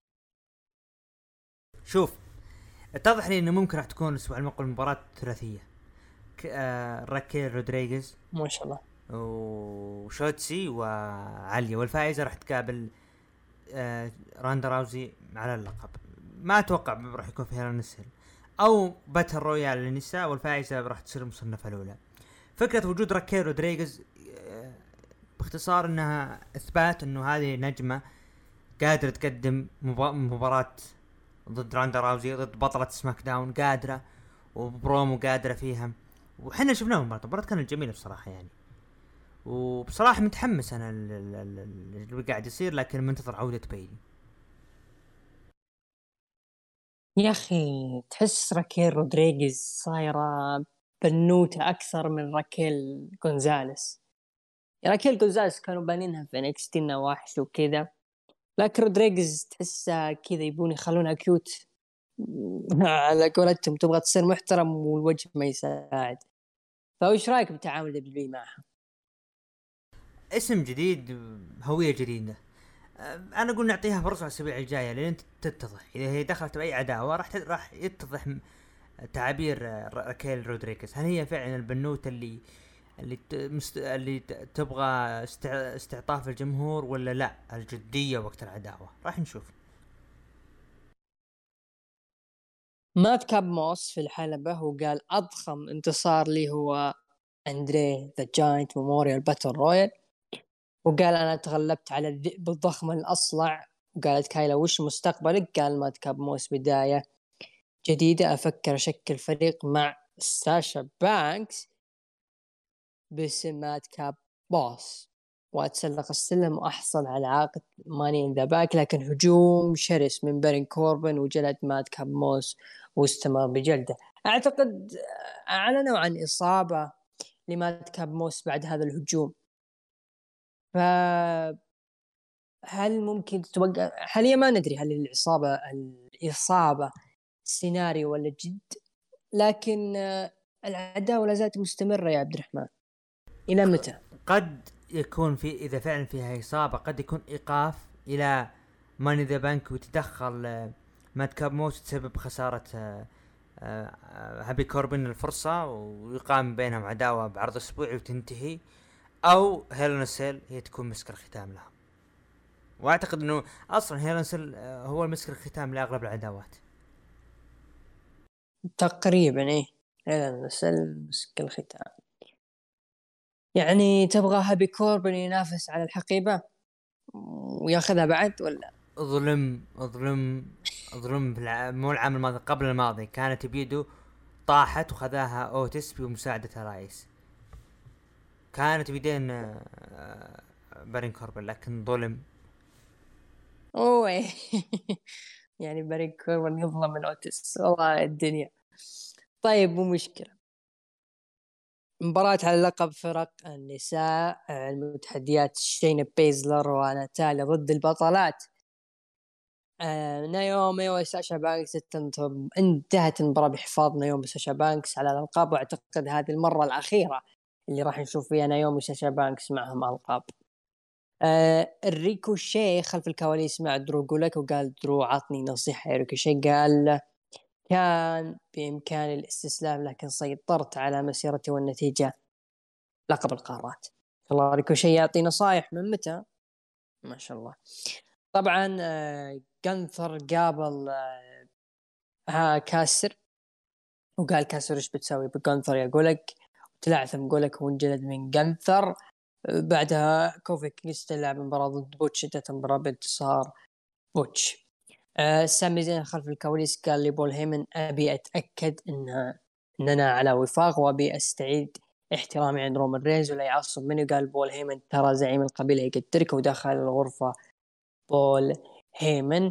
S1: شوف اتضح لي انه ممكن راح تكون الاسبوع المقبل مباراة ثلاثية، آه راكيل رودريغيز
S2: ما شاء الله
S1: وشوتسي وعالية، والفائزة راح تقابل آه راندا راوزي على اللقب. ما اتوقع راح يكون فيها نسل او باتل رويال للنساء، والفائزة راح تصير المصنفة الاولى. فكرة وجود راكيل رودريغيز آه باختصار انها اثبات انه هذه نجمة قادرة تقدم مباراة ضد راندا راوزي، ضد بطلة سماك داون قادرة، وبرومو قادرة فيها. وحنا شفناهم المباراة كانت جميلة بصراحة يعني، وبصراحة متحمس أنا اللي قاعد يصير، لكن منتظر عودة بايلي.
S2: يا أخي تحس راكيل رودريغيز صايرة بنوتة أكثر من راكيل غونزاليس. راكيل غونزاليس كانوا بانينها في انكس تي وحش وكذا، لكن رودريغيز تحسها كذا يبون يخلونها كيوت على قولتهم، تبغى تصير محترم والوجه ما يساعد. فايش رايك بتعامل دبليو معها؟
S1: اسم جديد، هوية جديدة. انا اقول نعطيها فرصة على الاسابيع الجاية لين تتضح. اذا هي دخلت باي عداوة راح راح يتضح تعابير راكيل رودريغيز. هل هي فعلا البنوتة اللي اللي مست... اللي تبغى استع... استعطاف الجمهور، ولا لا الجدية وقت العداوة؟ راح نشوف.
S2: مات كاب موس في الحلبة وقال أضخم انتصار لي هو أندريه ذا جاينت ميموريال باتل رويال، وقال أنا تغلبت على الذئب الضخم الأصلع. وقالت كايلا وش مستقبلك؟ قال مات كاب موس بداية جديدة، أفكر أشكل فريق مع ساشا بانكس باسم مات كاب بوس وأتسلق السلم وأحصل على عقد ماني إن ذا باك. لكن هجوم شرس من بارين كوربن وجلد مات كاب موس واستمر بجلده. أعتقد أعلنوا عن إصابة لمات كاب موس بعد هذا الهجوم، فهل ممكن تتوقع حاليا؟ ما ندري هل الإصابة الإصابة سيناريو ولا جد، لكن العداوة لا زالت مستمرة يا عبد الرحمن. إلى متى؟
S1: قد يكون في، إذا فعلا فيها إصابة قد يكون إيقاف إلى ماني ذا بانك وتدخل مات كاب موس تسبب خسارة هابي كوربن الفرصة، ويقام بينهم عداوة بعرض أسبوعي وتنتهي، أو هيلون سيل هي تكون مسك الختام لها. واعتقد انه اصلا هيرنسل هو المسك الختام لاغلب العداوات
S2: تقريبا ايه، لا نسل مسك الختام. يعني تبغى هابي كوربن ينافس على الحقيبة وياخذها بعد ولا؟
S1: ظلم ظلم ظلم بالع... مو العام الماضي قبل الماضي كانت بيده طاحت وخذاها اوتس بمساعدة رايس، كانت بيدين آه، بارين كوربن لكن ظلم.
S2: اوه يعني بارين كوربن يظلم من اوتس والله الدنيا. طيب مو مشكلة. مباراة على لقب فرق النساء، المتحديات شينا بيزلر وناتاليا ضد البطلات آه نايومي وساشا بانكس. انتهت المباراة بحفاظ نايومي وساشا بانكس على الألقاب، واعتقد هذه المرة الأخيرة اللي راح نشوف فيها نايومي وساشا بانكس معهم ألقاب. آه الريكوشي خلف الكواليس مع درو جولك، وقال درو عطني نصيحة يا ريكوشي، قال كان بإمكاني الاستسلام لكن سيطرت على مسيرتي والنتيجة لقب القارات. الله ريكوشي يعطي نصايح من متى؟ ما شاء الله. طبعا آه جنثر قابل آه ها كاسر، وقال كاسر ايش بتسوي بجنثر يا قولك، تلعثم قولك وانجلد من جنثر. بعدها كوفي كينغستون لعب مباراة ضد بوتش، انتهت المباراة بانتصار بوتش. آه سامي زين خلف الكواليس قال لي بول هيمن ابي اتاكد ان اننا على وفاق، وابي استعيد احترامي عند رومان رينز ولا يعصب مني. قال بول هيمن ترى زعيم القبيله يقدرك، ودخل الغرفه بول هيمن.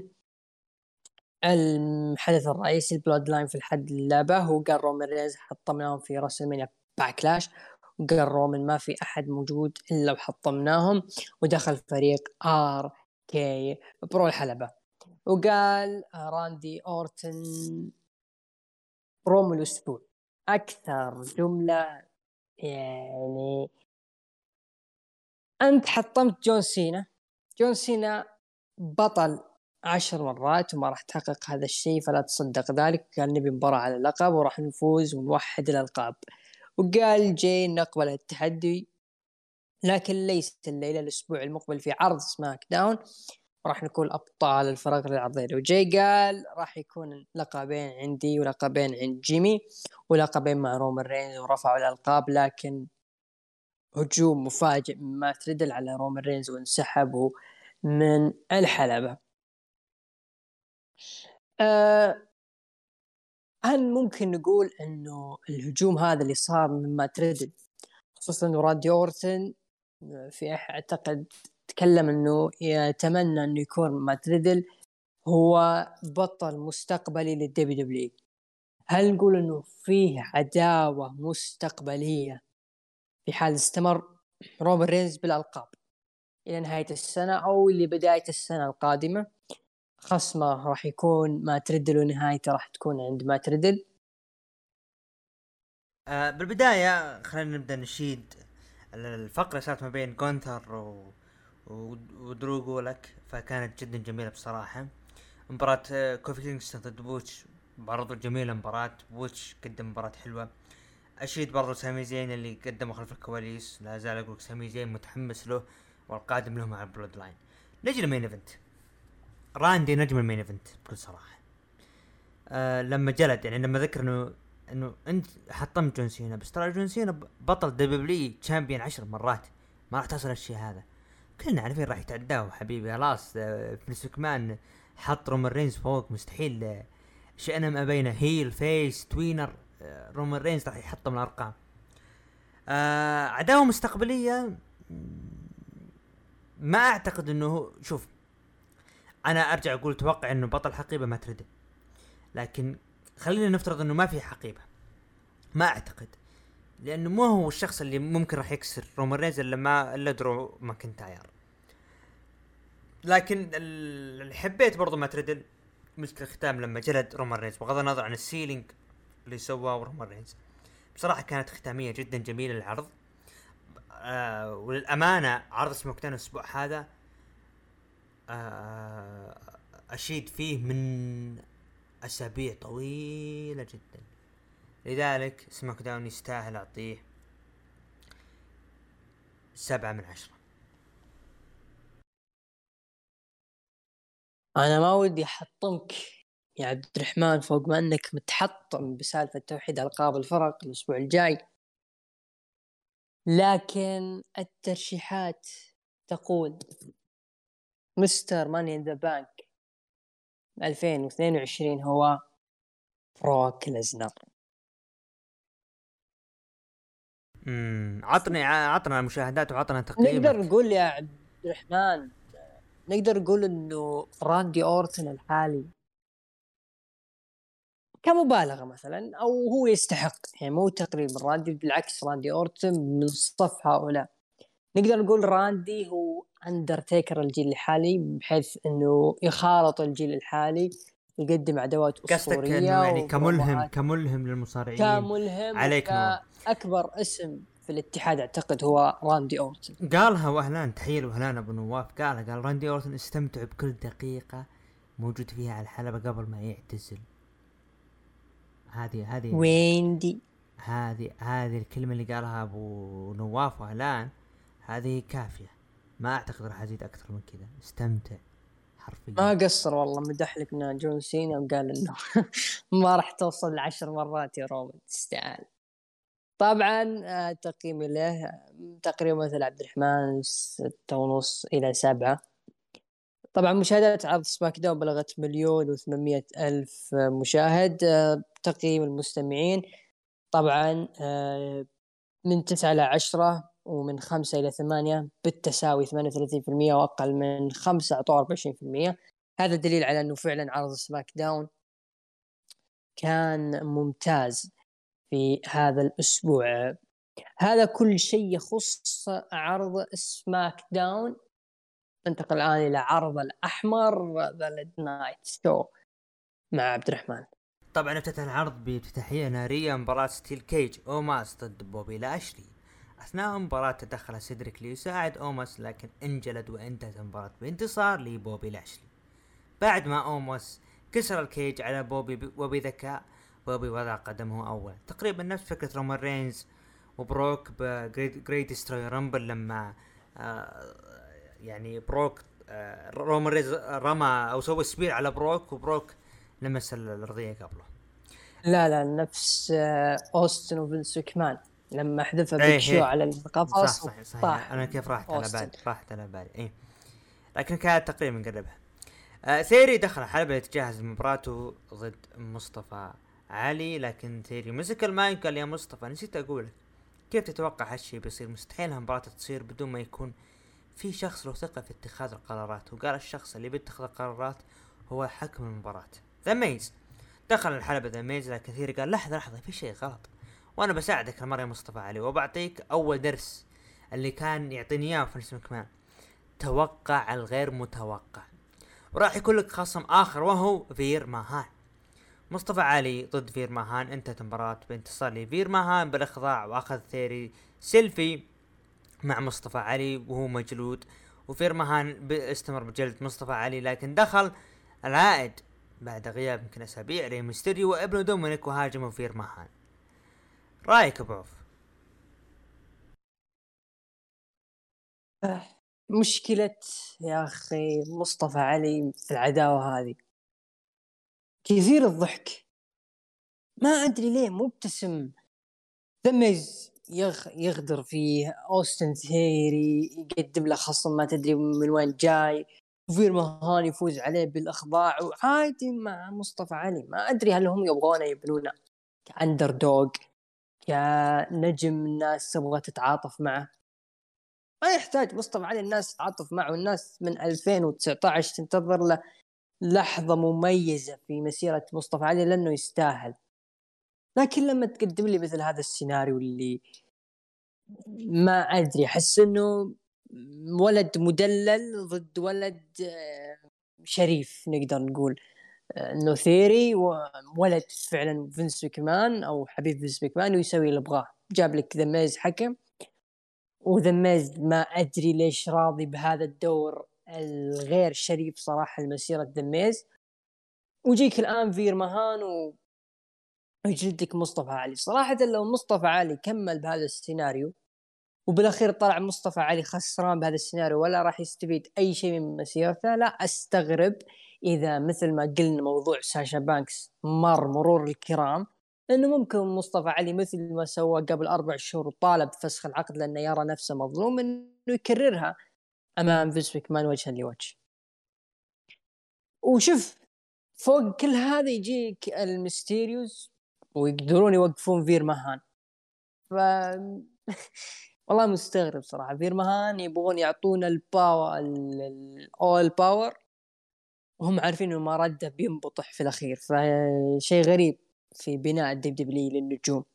S2: الحدث الرئيسي البلود لاين في الحد اللعبه، وقال رومان رينز حطمناهم في راسلمانيا باكلاش، وقال رومان ما في احد موجود الا وحطمناهم، ودخل فريق ار كي برو الحلبه. وقال راندي اورتن برومو الاسبوع، اكثر جمله يعني، انت حطمت جون سينا. جون سينا بطل عشر مرات وما راح تحقق هذا الشيء، فلا تصدق ذلك. قال نبي مباراة على اللقب وراح نفوز ونوحد الألقاب. وقال جاي نقبل التحدي لكن ليس الليلة، الأسبوع المقبل في عرض سماك داون راح نكون أبطال الفرق العرضية. وجاي قال راح يكون لقبين عندي ولقبين عند جيمي ولقبين مع رومان رينز، ورفعوا الألقاب. لكن هجوم مفاجئ من مات ريدل على رومان رينز وانسحبوا من الحلبة. أه هل ممكن نقول انه الهجوم هذا اللي صار من مات ريدل، خصوصا انه راندي اورتن في اعتقد تكلم انه يتمنى انه يكون مات ريدل هو بطل مستقبلي للدبليو دبليو، هل نقول انه فيه عداوة مستقبلية في حال استمر رومان رينز بالألقاب إلى نهاية السنة أو لبداية السنة القادمة؟ خصمه راح يكون مات ريدل ونهايته راح تكون عند مات ريدل.
S1: آه بالبداية خلينا نبدأ نشيد الفقرة صارت ما بين جونثر و... و... ودرو جولك، فكانت جدا جميلة بصراحة. مباراة آه، كوفي كينغستون ضد بوتش برضو جميلة، مباراة بوتش قدم مباراة حلوة. اشيد برضو سامي زين اللي قدمه خلف الكواليس، لا زال اقول سامي زين متحمس له والقادم له مع البلود لاين. نجي للمين ايفنت، راندي نجم المين ايفنت بكل صراحة. آه لما جلد يعني لما ذكر انه انه انت حطمت جون سينا، بس ترى جون سينا بطل دبليو تشامبيون عشر مرات، ما راح تصل الشيء هذا. كلنا عارفين راح يتعداه حبيبي خلاص. آه فينس مان حط رومان رينز فوق، مستحيل آه شئنا ما بين هيل فيس توينر آه رومان رينز راح يحطم الارقام. آه عداوة مستقبلية ما اعتقد انه، شوف انا ارجع اقول اتوقع انه بطل حقيبة ما ترد، لكن خلينا نفترض انه ما في حقيبة، ما اعتقد، لانه مو هو الشخص اللي ممكن راح يكسر رومان رينز الا ما الا درو ماكنتاير. لكن اللي حبيت برضو ما تردل مسك الختام لما جلد رومان رينز، بغض النظر عن السيلينج اللي سواه رومان رينز، بصراحة كانت ختامية جدا جميلة للعرض. آه وللأمانة عرض سموك داون الأسبوع هذا آه أشيد فيه من أسابيع طويلة جدا، لذلك سموك داون يستاهل أعطيه سبعة من عشرة.
S2: انا ما ودي احطمك يا عبد الرحمن فوق ما انك متحطم بسالفه توحيد القاب الفرق الاسبوع الجاي، لكن الترشيحات تقول مستر ماني ان ذا بانك ألفين واثنين وعشرين هو بروك ليزنر.
S1: امم عطني عطنا مشاهدات وعطنا
S2: نقدر
S1: تقييمك.
S2: نقول يا عبد الرحمن، نقدر نقول انه راندي اورتن الحالي كمبالغه مثلا، او هو يستحق، يعني مو تقريبا راندي، بالعكس راندي اورتن من صف هؤلاء. نقدر نقول راندي هو اندرتيكر الجيل الحالي، بحيث انه يخالط الجيل الحالي، يقدم ادوات
S1: قصدك انه
S2: اسطوريه
S1: يعني كملهم
S2: وبروموهات
S1: كملهم للمصارعين.
S2: كملهم،
S1: عليك نور.
S2: وكأكبر اسم في الاتحاد اعتقد هو راندي اورتن.
S1: قالها واهلان، تحيل واهلان ابو نواف، قالها قال راندي اورتن استمتع بكل دقيقة موجود فيها على الحلبة قبل ما يعتزل. هذه هذه
S2: ويندي
S1: هذه هذه الكلمة اللي قالها ابو نواف واهلان هذه كافية، ما اعتقد راح ازيد اكثر من كذا. استمتع حرفيا.
S2: ما قصر والله، مدح لنا جون سينا وقال انه ما راح توصل لعشر مرات يا رومان، تستاهل. طبعا آه، تقييمي له آه، تقريبا مثل عبد الرحمن ستة ونص إلى سبعة. طبعا مشاهدات عرض سماك داون بلغت مليون وثمانمائة ألف آه، مشاهد. آه، تقييم المستمعين طبعا آه، من تسعة إلى عشرة، ومن خمسة إلى ثمانية بالتساوي ثمانية وثلاثين بالمئة، وأقل من خمسة أعطوا أربعة وعشرين بالمئة. هذا دليل على أنه فعلا عرض سماك داون كان ممتاز في هذا الأسبوع. هذا كل شيء يخص عرض سماك داون. ننتقل الآن إلى عرض الأحمر ذا نايت شو مع عبد الرحمن.
S1: طبعا افتتح العرض بافتتاحية نارية، مباراة ستيل كيج اوماس ضد بوبي لاشلي. اثناء المباراة تدخل سيدريك ليساعد اوماس، لكن انجلد وانتهت المباراة بانتصار لبوبي لاشلي. بعد ما اوماس كسر الكيج على بوبي وبذكاء، بوبي وضع قدمه اول، تقريبا نفس فكرة رومان رينز وبروك بجريت ديستروي رامبل، لما آه يعني بروك آه رومان رينز رمى او سوى سبير على بروك، وبروك لمس الارضية قبله.
S2: لا لا، نفس آه، أوستن وفينس ماكمان لما حذف بيك
S1: ايه
S2: شو
S1: ايه
S2: على
S1: صح
S2: القفص
S1: صح صحيح،
S2: وطاح
S1: انا كيف راحت على
S2: أوستن.
S1: بالي راحت على بالي ايه. لكن كانت تقريبا نقربها. آه ثيري دخل الحلبة يتجهز لمباراته ضد مصطفى علي، لكن ثيري مسك المايك قال يا مصطفى نسيت اقولك، كيف تتوقع هالشي بيصير؟ مستحيل هالمباراة تصير بدون ما يكون في شخص له ثقة في اتخاذ القرارات، وقال الشخص اللي بيتخذ القرارات هو حكم المباراة. ذا ميز دخل الحلبة ذا ميز، لكن ثيري قال لحظة لحظة في شيء غلط، وانا بساعدك المرة يا مصطفى علي، وبعطيك اول درس اللي كان يعطيني اياه في مكمان: توقع الغير متوقع، وراح يكون لك خصم اخر وهو فير ماهان. مصطفى علي ضد فير ماهان، انتهت المباراة بانتصار لفير ماهان بالاخضاع، واخذ ثيري سيلفي مع مصطفى علي وهو مجلود، وفير ماهان استمر بجلد مصطفى علي، لكن دخل العائد بعد غياب يمكن اسابيع ري ميستيريو وابنه دومينيك وهاجموا فير ماهان. رايك ابو عوف؟
S2: مشكلة يا أخي مصطفى علي في العداوة هذه كثير الضحك، ما أدري ليه مبتسم. ثمز يغ... يغدر فيه أوستن ثيري، يقدم له خصم ما تدري من وين جاي، وفير مهان يفوز عليه بالإخضاع وعادي مع مصطفى علي. ما أدري هل هم يبغونه يبنونه كأندر دوغ، كنجم الناس تبغى تتعاطف معه. ما يحتاج مصطفى علي الناس تتعاطف معه، الناس من ألفين وتسعة عشر تنتظر له لحظة مميزة في مسيرة مصطفى علي لأنه يستاهل. لكن لما تقدم لي مثل هذا السيناريو اللي ما أدري، أحس إنه ولد مدلل ضد ولد آه، شريف، نقدر نقول آه، إنه ثيري وولد فعلا فينس ماكمان أو حبيب فينس ماكمان ويسوي اللي يبغاه. جاب لك ذا ميز حكم، وذا ميز ما أدري ليش راضي بهذا الدور الغير شريف صراحة لمسيرة ذا ميز. وجيك الآن فير مهان و يجلدك مصطفى علي. صراحة لو مصطفى علي كمل بهذا السيناريو وبالاخير طلع مصطفى علي خسران بهذا السيناريو ولا راح يستفيد اي شيء من مسيرته، لا استغرب اذا مثل ما قلنا موضوع ساشا بانكس مر مرور الكرام، انه ممكن مصطفى علي مثل ما سوى قبل اربع شهور وطالب فسخ العقد لانه يرى نفسه مظلوم، انه يكررها امام فينس ماكمان وجها لوجه. وشوف فوق كل هذا يجيك الميستيريوز ويقدرون يوقفون فير مهان. ف والله مستغرب صراحه، فير مهان يبغون يعطونا الباور الاول باور وهم عارفين انه ما رده بينبطح في الاخير، فشيء غريب في بناء الدب دبليو للنجوم.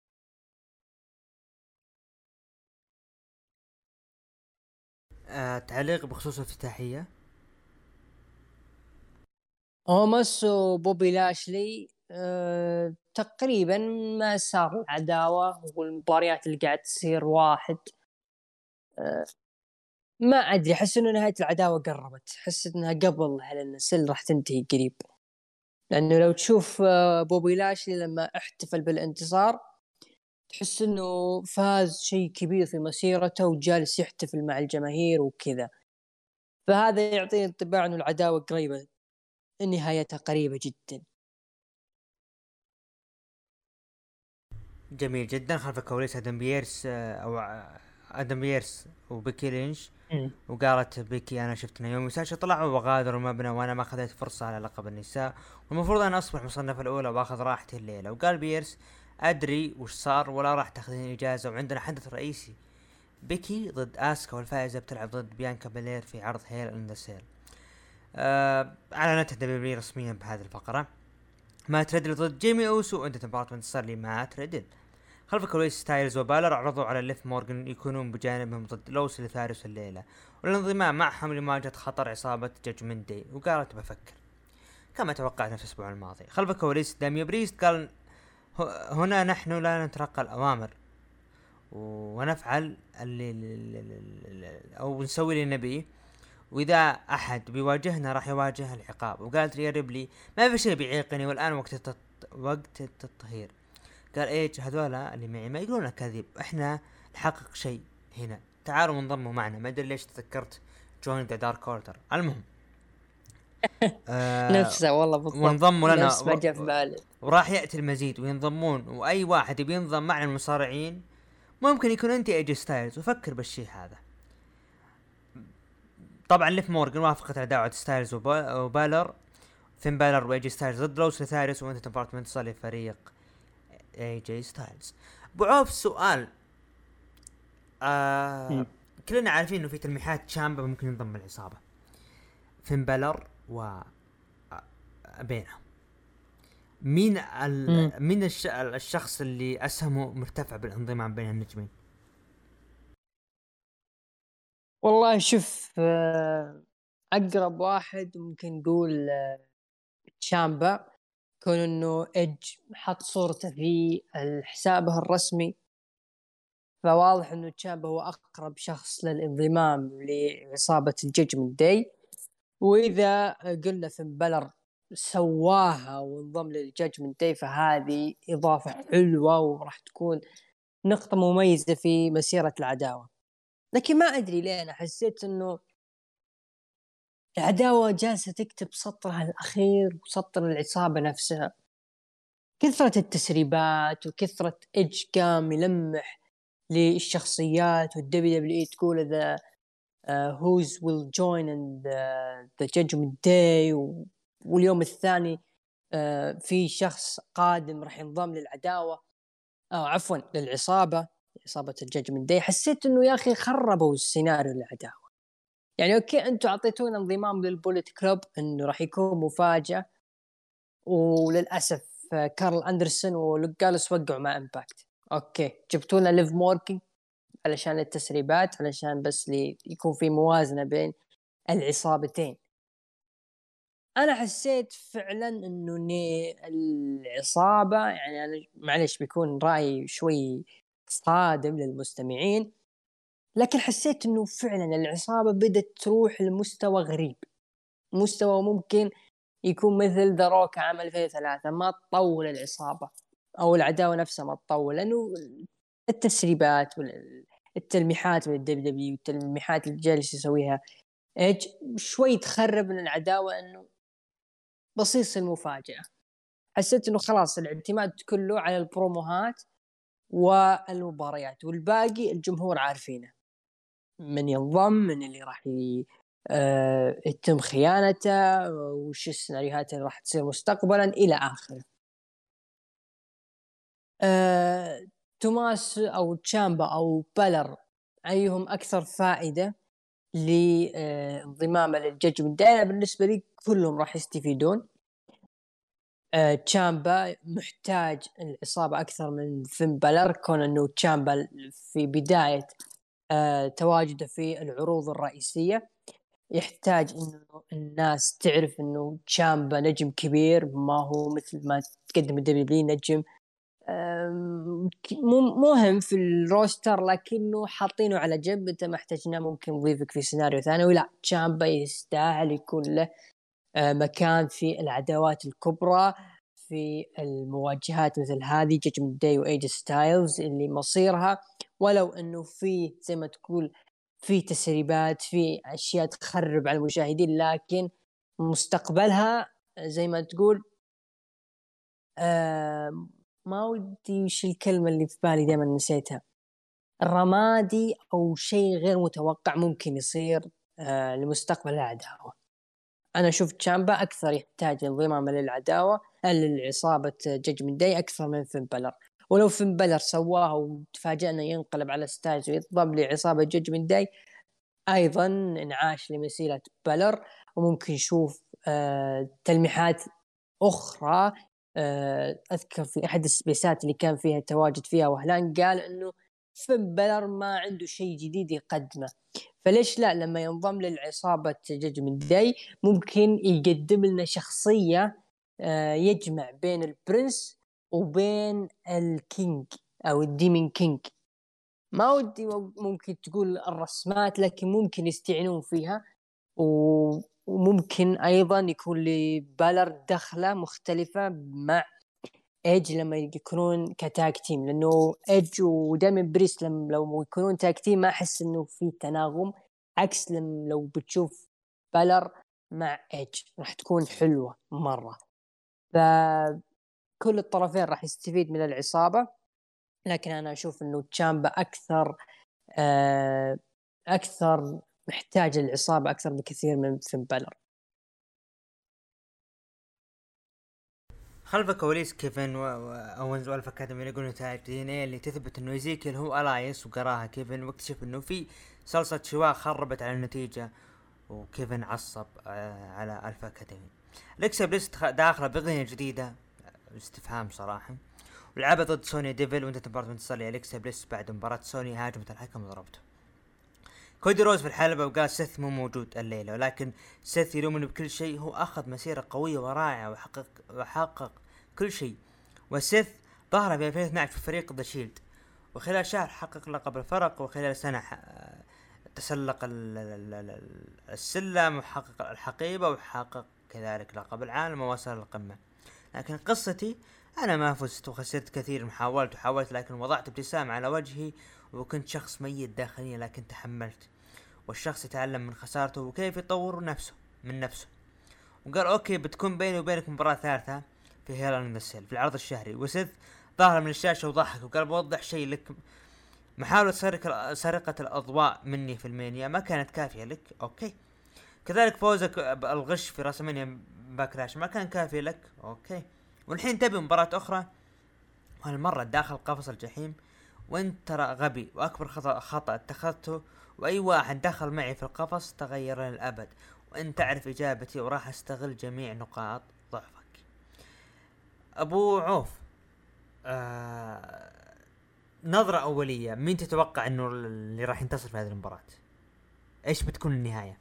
S1: آه تعليق بخصوص الافتتاحية.
S2: اومس وبوبي لاشلي أه تقريبا ما صار العداوة والمباريات اللي قاعد تصير واحد. أه ما ادري، احس انه نهاية العداوة قربت، احس انها قبل هالنسل راح تنتهي قريب. لانه لو تشوف آه، بوبي لاشلي لما احتفل بالانتصار تحس انه فاز شيء كبير في مسيرته وجالس يحتفل مع الجماهير وكذا، فهذا يعطيني انطباع انه العداوة قريبة، نهايتها قريبة جدا.
S1: جميل جدا. خلف الكواليس ادم بيرس آه او آه، ادم بيرس وبيكي لينش، وقالت بيكي انا شفت ان يوم ساشا طلعوا وغادروا المبنى وانا ما اخذت فرصه على لقب النساء، والمفروض انا اصبح مصنف الاولى واخذ راحتي الليله. وقال بيرس ادري وش صار ولا راح تاخذين اجازه وعندنا حدث رئيسي، بيكي ضد اسكا والفائزه بتلعب ضد بيانكا بلير في عرض هيل ان ذا سيل. آه اعلنت الدبليو رسميا بهذه الفقره. مات ريدل ضد جيمي اوسو، وانت مباراة انتصار لمات ريدل. خلف الكواليس ستايلز وبالر عرضوا على ليف مورغان يكونون بجانبهم ضد لوس لثالث الليلة والانضمام معهم لمواجهة خطر عصابة جاجمنت داي، وقالت بفكر كما توقعت نفس الاسبوع الماضي. خلف الكواليس داميا بريست قال هنا نحن لا نتلقى الأوامر ونفعل اللي أو نسوي اللي نبيه، واذا احد بيواجهنا راح يواجه العقاب. وقالت ريا ريبلي ما في شيء بيعيقني والان وقت التط... وقت التطهير. قال ايج هذولا اللي معي ما يقولون كذب، احنا نحقق شيء هنا، تعالوا انضموا معنا. ما ادري ليش تذكرت جوين ذا دارك اوردر. المهم آه
S2: نفسه والله بالضبط،
S1: وانضموا لنا
S2: نفس ما
S1: و...
S2: جاء في بالي.
S1: وراح ياتي المزيد وينضمون، واي واحد بينضم معنا المصارعين ممكن يكون انت ايج ستايلز، وفكر بالشيء هذا. طبعا ليف مورغان وافقت على دعوة ستايلز وبالر، فين بالر وايجي ستايلز ضد لوس لثالث، وانت مباراة منتصر لفريق اي جي ستايلز. بعوف سؤال، آه كلنا عارفين انه في تلميحات شامبا ممكن ينضم العصابة، فين بالر و بينهم مين ال... مين الش... الشخص اللي اسهمه مرتفع بالانضمام بين النجمين؟
S2: والله شوف اقرب واحد ممكن نقول شامبا، كون انه ايج حط صورته في حسابه الرسمي، فواضح انه شامبا هو اقرب شخص للانضمام لعصابة الججمنت داي. واذا قلنا فين بلر سواها وانضم للججمنت داي فهذه اضافة حلوة وراح تكون نقطة مميزة في مسيرة العداوة. لكن ما ادري ليه انا حسيت انه العداوة جالسة تكتب سطرها الأخير وسطر العصابة نفسها، كثرة التسريبات وكثرة إيج قام يلمح للشخصيات والدبليو دبليو إي تقول إذا who's will join in the, the judgment day، واليوم الثاني uh, في شخص قادم راح ينضم للعداوة أو عفوا للعصابة، عصابة الجدجمنت داي. حسيت إنه يا أخي خربوا السيناريو للعداوة. يعني اوكي انتم اعطيتونا انضمام للبوليت كلوب انه راح يكون مفاجأة، وللاسف كارل اندرسون ولوكالوس وقعوا مع امباكت. اوكي جبتوا لنا ليف موركي علشان التسريبات، علشان بس لي يكون في موازنة بين العصابتين. انا حسيت فعلا انه العصابة، يعني انا معلش بيكون رأي شوي صادم للمستمعين، لكن حسيت انه فعلا العصابة بدأت تروح لمستوى غريب، مستوى ممكن يكون مثل ذا روك عام ألفين وثلاثة. ما تطول العصابة او العداوة نفسها ما تطول، لانه التسريبات والتلميحات من الدبليو دبليو والتلميحات اللي جالس يسويها ايج شوي تخرب من العداوة، انه بصيص المفاجأة. حسيت إنه خلاص الاعتماد كله على البروموهات والمباريات، والباقي الجمهور عارفينه، من ينضم، من اللي راح ي... آه... يتم خيانته، وش السيناريوهات اللي راح تصير مستقبلا إلى آخره. آه... توماس أو تشامبا أو بلر، أيهم أكثر فائدة لانضمامه للججمنت داي؟ بالنسبة لي كلهم راح يستفيدون. آه، تشامبا محتاج الإصابة أكثر من فين بالر، كون أنه تشامبا في بداية آه، تواجده في العروض الرئيسية يحتاج أنه الناس تعرف أنه تشامبا نجم كبير، ما هو مثل ما تقدم الدبليو نجم آم، ك- مم- مهم في الروستر، لكنه حاطينه على جنب. انت ما احتاجنا، ممكن نضيفك في سيناريو ثاني. ولا تشامبا يستاهل يكون له آه، مكان في العداوات الكبرى، في المواجهات مثل هذه جاجمنت داي وايج ستايلز اللي مصيرها، ولو انه في زي ما تقول في تسريبات، في اشياء تخرب على المشاهدين، لكن مستقبلها زي ما تقول آه ما ودي وش الكلمة اللي في بالي دائما نسيتها، الرمادي أو شيء غير متوقع ممكن يصير آه لمستقبل العداوة. أنا أشوف تشامبا أكثر يحتاج انضمام للعداوة للعصابة جاجمنت داي أكثر من فين بلر. ولو فين بلر سواها وتفاجأنا ينقلب على ستايلز ويطلب لعصابة جاجمنت داي، أيضا انعاش لمسيرة بلر. وممكن نشوف آه تلميحات أخرى. آه، أذكر في أحد السبيسات اللي كان فيها تواجد فيها وهلان قال إنه فين بلر ما عنده شيء جديد يقدمه، فليش لا لما ينضم للعصابة جاجمنت داي ممكن يقدم لنا شخصية آه، يجمع بين البرنس وبين الكينج أو الديمين كينج. ما ودي ممكن تقول الرسمات، لكن ممكن يستعنون فيها. وممكن ايضا يكون لبالر دخله مختلفه مع ايج لما يكونون كتاج تيم، لانه ايج ودايمن بريس لما لو يكونون تاج تيم ما احس انه في تناغم، عكس لما لو بتشوف بالر مع ايج راح تكون حلوه مره. فكل الطرفين راح يستفيد من العصابه، لكن انا اشوف انه تشامبا اكثر آه، اكثر محتاج العصابه اكثر بكثير من فين بالر.
S1: خلف كواليس كيفن واونز والفا اكاديمي يقولون نتائج دي ان ايه اللي تثبت انه ايزيكيل هو الايس، وقراها كيفن واكتشف انه في صلصة شواء خربت على النتيجة، وكيفن عصب آه، على الفا اكاديمي. اليكسا بليس داخله باغنية جديدة، استفهام صراحة، ولعبها ضد سوني ديفل، وانت مباراة انتصار لاليكسا بليس بعد مباراة سوني هاجمت الحكم وضربته. كودي روز في الحلبة وقال سيث مو موجود الليلة، ولكن سيث يلومني بكل شيء، هو أخذ مسيرة قوية ورائعة وحقق وحقق كل شيء. وسيث ظهر في ألفين واثني عشر في فريق ذا شيلد، وخلال شهر حقق لقب الفرق، وخلال سنة تسلق السلم وحقق الحقيبة، وحقق كذلك لقب العالم ووصل للقمة. لكن قصتي أنا ما فزت وخسرت كثير، محاولت وحاولت لكن وضعت ابتسامة على وجهي، وكنت شخص ميت داخليا لكن تحملت. والشخص يتعلم من خسارته وكيف يطور نفسه من نفسه. وقال اوكي بتكون بيني وبينك مباراة ثالثة في هيران السيل في العرض الشهري. وسيث ظهر من الشاشة وضحك وقال بوضح شيء لك، محاولة سرقة سرقة الأضواء مني في المانيا ما كانت كافية لك، اوكي. كذلك فوزك بالغش في راسمانيا باكلاش ما كان كافي لك، اوكي. والحين تبي مباراة أخرى، وهالمرة داخل قفص الجحيم، وانت ترى غبي، واكبر خطأ خطأ اتخذته، واي واحد دخل معي في القفص تغير للابد، وانت تعرف اجابتي وراح استغل جميع نقاط ضعفك. ابو عوف، آه نظرة اولية، مين تتوقع انه اللي راح ينتصر في هذه المباراة؟ ايش بتكون النهاية؟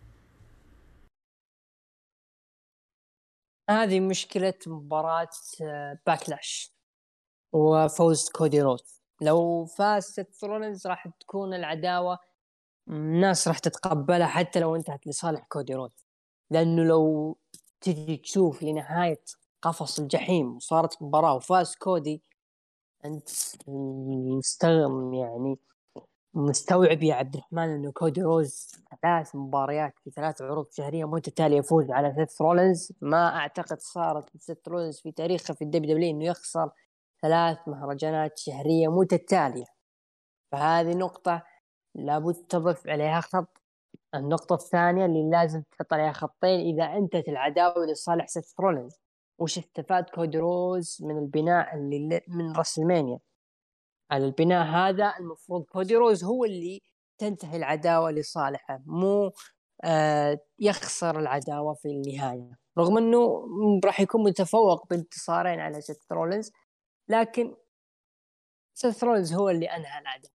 S2: هذه مشكلة مباراة آه، باكلاش وفوز كودي روز. لو فاز سيث رولينز راح تكون العداوة الناس راح تتقبلها حتى لو انتهت لصالح كودي روز، لأنه لو تجي تشوف لنهاية قفص الجحيم وصارت مباراة وفاز كودي، أنت مستغرب يعني مستوعب يا عبد الرحمن انه كودي روز ثلاث مباريات في ثلاث عروض شهريه متتاليه يفوز على سيث رولينز؟ ما اعتقد صارت سيث رولينز في تاريخه في الدبليو دبليو انه يخسر ثلاث مهرجانات شهريه متتاليه. فهذه نقطه لابد تضف عليها خط. النقطه الثانيه اللي لازم تحط عليها خطين: اذا انتهت العداوه لصالح سيث رولينز، وش استفاد كودي روز من البناء اللي من راسلمانيا؟ على البناء هذا المفروض كودي روز هو اللي تنتهي العداوة لصالحه، مو آه يخسر العداوة في النهاية، رغم انه راح يكون متفوق بانتصارين على سيث رولينز، لكن سيث رولينز هو اللي انهى العداوة.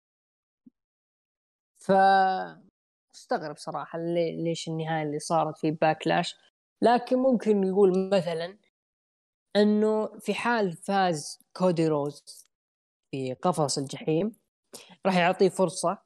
S2: ف استغرب صراحة ليش النهاية اللي صارت في باكلاش. لكن ممكن يقول مثلا انه في حال فاز كودي روز في قفص الجحيم راح يعطيه فرصة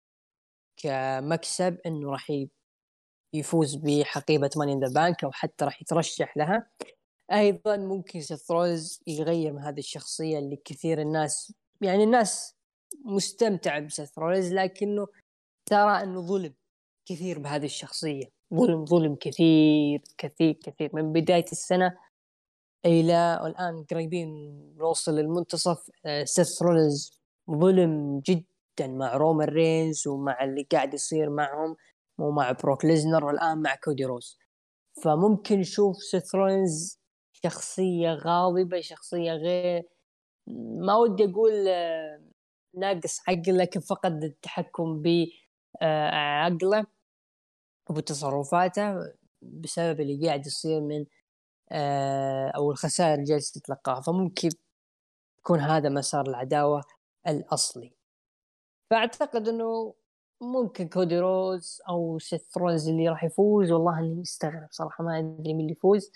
S2: كمكسب انه راح يفوز بحقيبة ماني ان ذا بانك، او حتى راح يترشح لها. ايضا ممكن سيث رولز يغير من هذه الشخصية اللي كثير الناس، يعني الناس مستمتع بسيث رولز، لكنه ترى انه ظلم كثير بهذه الشخصية، ظلم ظلم كثير كثير كثير من بداية السنة الى الان قريبين نوصل للمنتصف. سيث رولز ظلم جدا مع رومان رينز ومع اللي قاعد يصير معهم، ومع بروك ليزنر، والآن مع كودي روز. فممكن نشوف سيث رولينز شخصية غاضبة، شخصية غير، ما ودي أقول آه، ناقص عقل، لكن فقد التحكم بعقله وبتصرفاته بسبب اللي قاعد يصير من آه، أو الخسائر اللي جالس تتلقاها. فممكن يكون هذا مسار العداوة الأصلي. فأعتقد أنه ممكن كودي روز أو سيث رولز اللي راح يفوز. والله أني مستغرب صراحة، ما أدري مين اللي يفوز،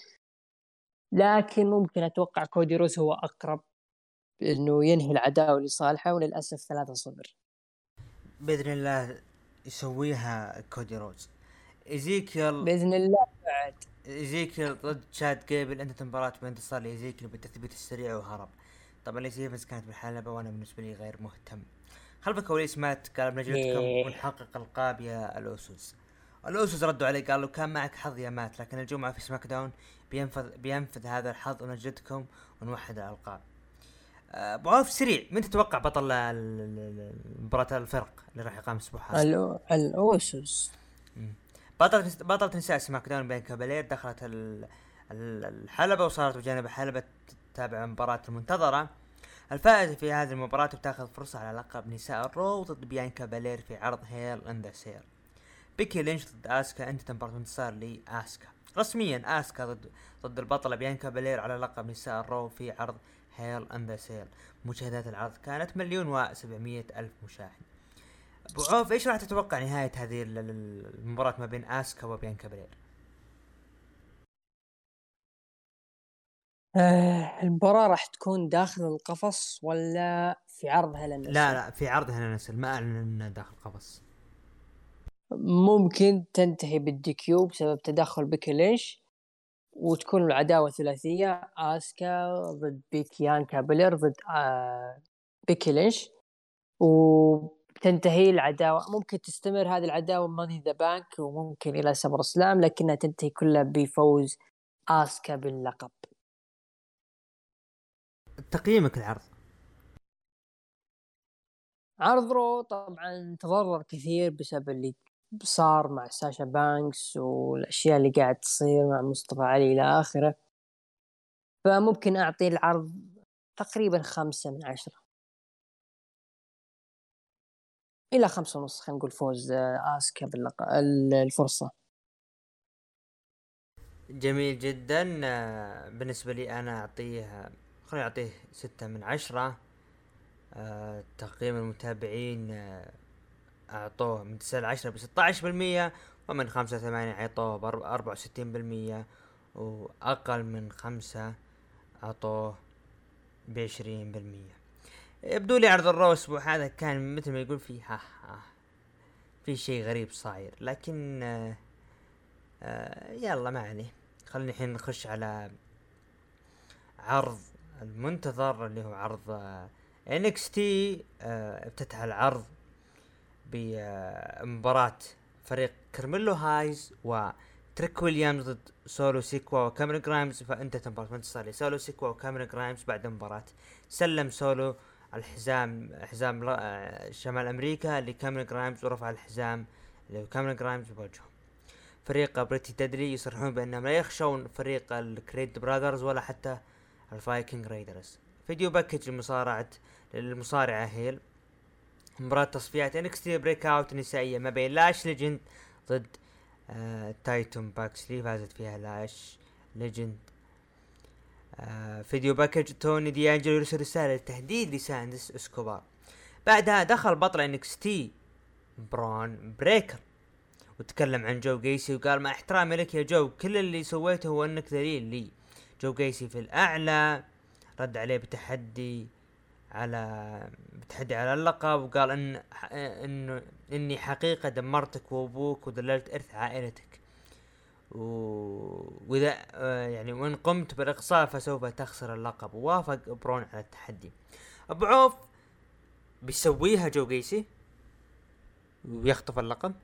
S2: لكن ممكن أتوقع كودي روز هو أقرب إنه ينهي العداوة لصالحه، وللأسف ثلاثة صفر.
S1: باذن الله يسويها كودي روز. ايزيكيل
S2: بإذن الله. بعد
S1: ايزيكيل ضد شاد جيبل، انت مباراة بانتصار لايزيكيل بالتثبيت السريع وهرب. طبعا ايزيكيل كانت بالحلبة وانا بالنسبة لي غير مهتم. خلف الكواليس مات قال بنجلدكم
S2: إيه.
S1: ونحقق القاب يا الأوسوس. الأوسوس ردوا عليه قالوا كان معك حظ يا مات، لكن الجمعة في سماك داون بينفذ بينفذ هذا الحظ ونجدكم ونوحد الألقاب. ابو عوف سريع، من تتوقع بطل مباراة الفرق اللي راح يقام الاسبوع هذا؟
S2: الأو... الأوسوس.
S1: بطلة بطلة نساء سماك داون بين كابالير دخلت ال- ال- الحلبة وصارت بجانب الحلبة تتابع المباراة المنتظرة. الفائزة في هذه المباراة بتاخذ فرصة على لقب نساء الرو ضد بيانكا بالير في عرض هيل ان ذا سير. بيكي لينش ضد اسكا، انت مباراة انتصار لاسكا. رسميا اسكا ضد ضد البطلة بيانكا بالير على لقب نساء الرو في عرض هيل ان ذا سير. مشاهدات العرض كانت مليون وسبعمية الف مشاهد. ابو عوف ايش راح تتوقع نهاية هذه المباراة ما بين اسكا وبيانكا بالير؟
S2: آه المباراة راح تكون داخل القفص ولا في عرضها
S1: لا
S2: للنساء؟
S1: لا في عرض هنا نسل، ما اعلن انه داخل قفص.
S2: ممكن تنتهي بالديكيو بسبب تدخل بيكي لينش، وتكون العداوة ثلاثية: آسكا ضد بيكيان كابلر ضد آه بيكي لينش. وتنتهي العداوة، ممكن تستمر هذه العداوة ماني ذا بانك وممكن إلى سمر سلام، لكنها تنتهي كلها بفوز آسكا باللقب.
S1: تقييمك العرض؟
S2: عرض رو طبعا تضرر كثير بسبب اللي صار مع ساشا بانكس والأشياء اللي قاعد تصير مع مصطفى علي إلى آخره. فممكن أعطي العرض تقريبا خمسة من عشرة إلى خمسة ونص، خلينا نقول فوز آه، آسكا باللقب الفرصة.
S1: جميل جدا. آه، بالنسبة لي أنا أعطيه، خليني أعطيه ستة من عشرة. آه، تقييم المتابعين آه، أعطوه من تسعة لعشرة بستة عشر بالمية، ومن خمسة ثمانية أعطوه بأربعة وستين بالمية، وأقل من خمسة أعطوه بعشرين بالمية. يبدو لي عرض الرو الأسبوع هذا كان مثل ما يقول فيه ها ها في شيء غريب صاير، لكن آه آه يلا ما عليه. خلينا الحين نخش على عرض المنتظر اللي هو عرض آه إن إكس تي. آه افتتح العرض بمباراة فريق كارميلو هايز وتريك ويليامز ضد سولو سيكوا وكاميرون جرايمز. فانتهت المباراة وانتصر لسولو سيكوا وكاميرون جرايمز. بعد المباراة سلم سولو الحزام حزام شمال امريكا لكاميرون جرايمز ورفع الحزام لكاميرون جرايمز بوجهه. فريق بريتي تدري يصرحون بانهم لا يخشون فريق الكريد براذرز ولا حتى الفايكنج رايدرز. فيديو باكج لمصارعة المصارعة هيل. مباراة تصفيات انكستي بريك اوت نسائية ما بين لاش ليجند ضد آه تايتون باكسلي. فازت فيها لاش ليجند. آه فيديو باكج توني دي انجلو يرسل رسالة تهديد لساندس اسكوبار. بعدها دخل بطل انكستي برون بريكر وتكلم عن جو جيسي وقال مع احترامي لك يا جو كل اللي سويته هو انك دليل لي. جو جيسي في الاعلى رد عليه بتحدي على بتحدي على اللقب وقال ان انه اني حقيقة دمرتك وابوك ودللت ارث عائلتك واذا يعني وان قمت بالاقصاء فسوف تخسر اللقب. ووافق برون على التحدي. ابو عوف بيسويها جو جيسي ويخطف اللقب.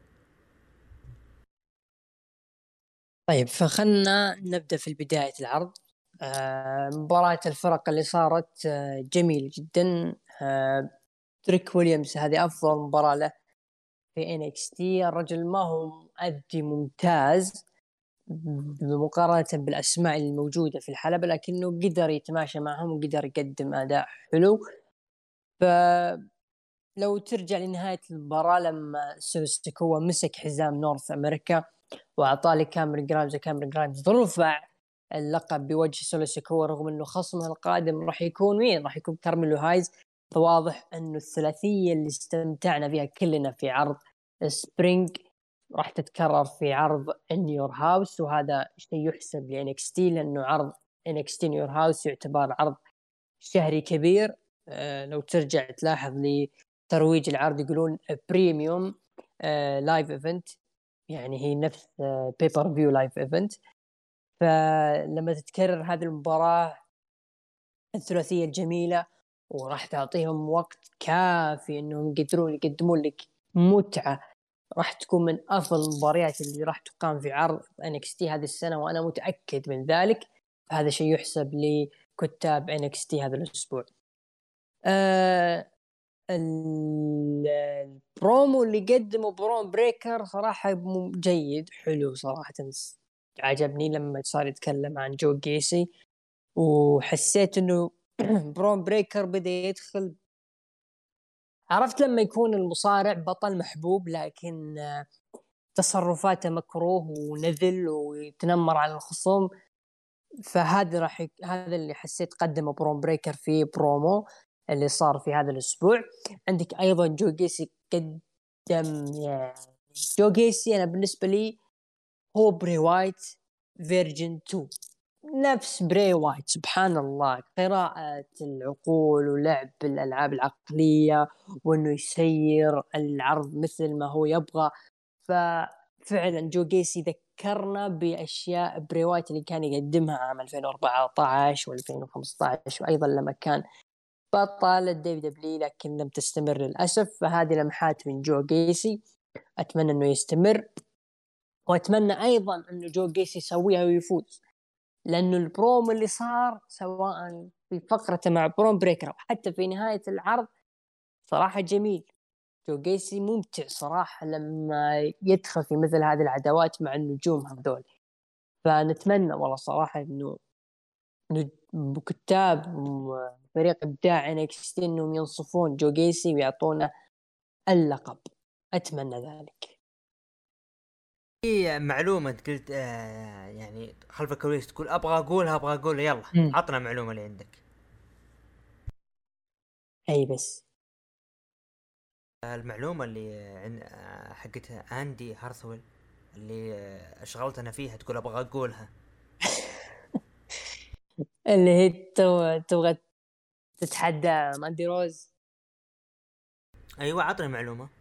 S2: طيب فخلنا نبدأ في بداية العرض. آه مباراة الفرق اللي صارت آه جميل جدا. آه تريك ويليامز هذه أفضل مباراة له في إن إكس تي. الرجل ما هو مؤدي ممتاز بمقارنة بالأسماء الموجودة في الحلبة، لكنه قدر يتماشى معهم وقدر يقدم أداء حلو. فلو ترجع لنهاية المباراة لما سوستيكوا مسك حزام نورث أمريكا وأعطاه لكاميرون جرايمز، وكاميرون جرايمز رفع اللقب بوجه سولوسيكوا رغم أنه خصمه القادم راح يكون مين؟ راح يكون كارميلو هايز. فواضح أنه الثلاثية اللي استمتعنا بها كلنا في عرض سبرينج راح تتكرر في عرض نيور هاوس، وهذا شيء يحسب ل إن إكس تي لأنه عرض إن إكس تي نيور هاوس يعتبر عرض شهري كبير. أه لو ترجع تلاحظ لترويج العرض يقولون بريميوم لايف ايفنت، يعني هي نفس بيبر فيو لايف ايفنت. فلما تتكرر هذه المباراة الثلاثية الجميلة وراح تعطيهم وقت كافي انهم يقدرون يقدمون لك متعة، راح تكون من افضل المباريات اللي راح تقام في عرض إن إكس تي هذه السنة وانا متأكد من ذلك. فهذا شيء يحسب لكتاب إن إكس تي هذا الاسبوع. أه البرومو اللي قدمه برون بريكر صراحة جيد حلو صراحة، عجبني لما صار يتكلم عن جو جيسي وحسيت انه برون بريكر بدأ يدخل. عرفت لما يكون المصارع بطل محبوب لكن تصرفاته مكروه ونذل ويتنمر على الخصوم، فهذا راح ي... هذا اللي حسيت قدمه برون بريكر في برومو اللي صار في هذا الأسبوع. عندك أيضا جو جيسي قدم، يعني جو جيسي أنا بالنسبة لي هو بري وايت فيرجن تو، نفس بري وايت. سبحان الله، قراءة العقول ولعب الألعاب العقلية وأنه يسير العرض مثل ما هو يبغى. ففعلا جو جيسي ذكرنا بأشياء بري وايت اللي كان يقدمها عام ألفين وأربعة عشر وألفين وخمسة عشر، وأيضا لما كان بطل الدبليو دبليو لكن لم تستمر للأسف. فهذه لمحات من جو جيسي، أتمنى أنه يستمر، وأتمنى أيضا أنه جو جيسي يسويها ويفوز، لأنه البروم اللي صار سواء في فقرته مع برون بريكر أو حتى في نهاية العرض صراحة جميل. جو جيسي ممتع صراحة لما يدخل في مثل هذه العداوات مع النجوم هذول. فنتمنى والله صراحة أنه كتاب وفريق إبداع إن إكس تي أنهم ينصفون جو جيسي ويعطونه اللقب، أتمنى ذلك.
S1: في معلومة قلت آه يعني خلف الكواليس تقول أبغى أقولها أبغى أقولها، يلا
S2: م.
S1: عطنا معلومة اللي عندك.
S2: أي بس
S1: المعلومة اللي عن حقتها أندي هارثويل اللي أشغلتنا فيها تقول أبغى أقولها
S2: اللي هي تبغى تتحدى ماندي روز.
S1: أيوة عطنا معلومة.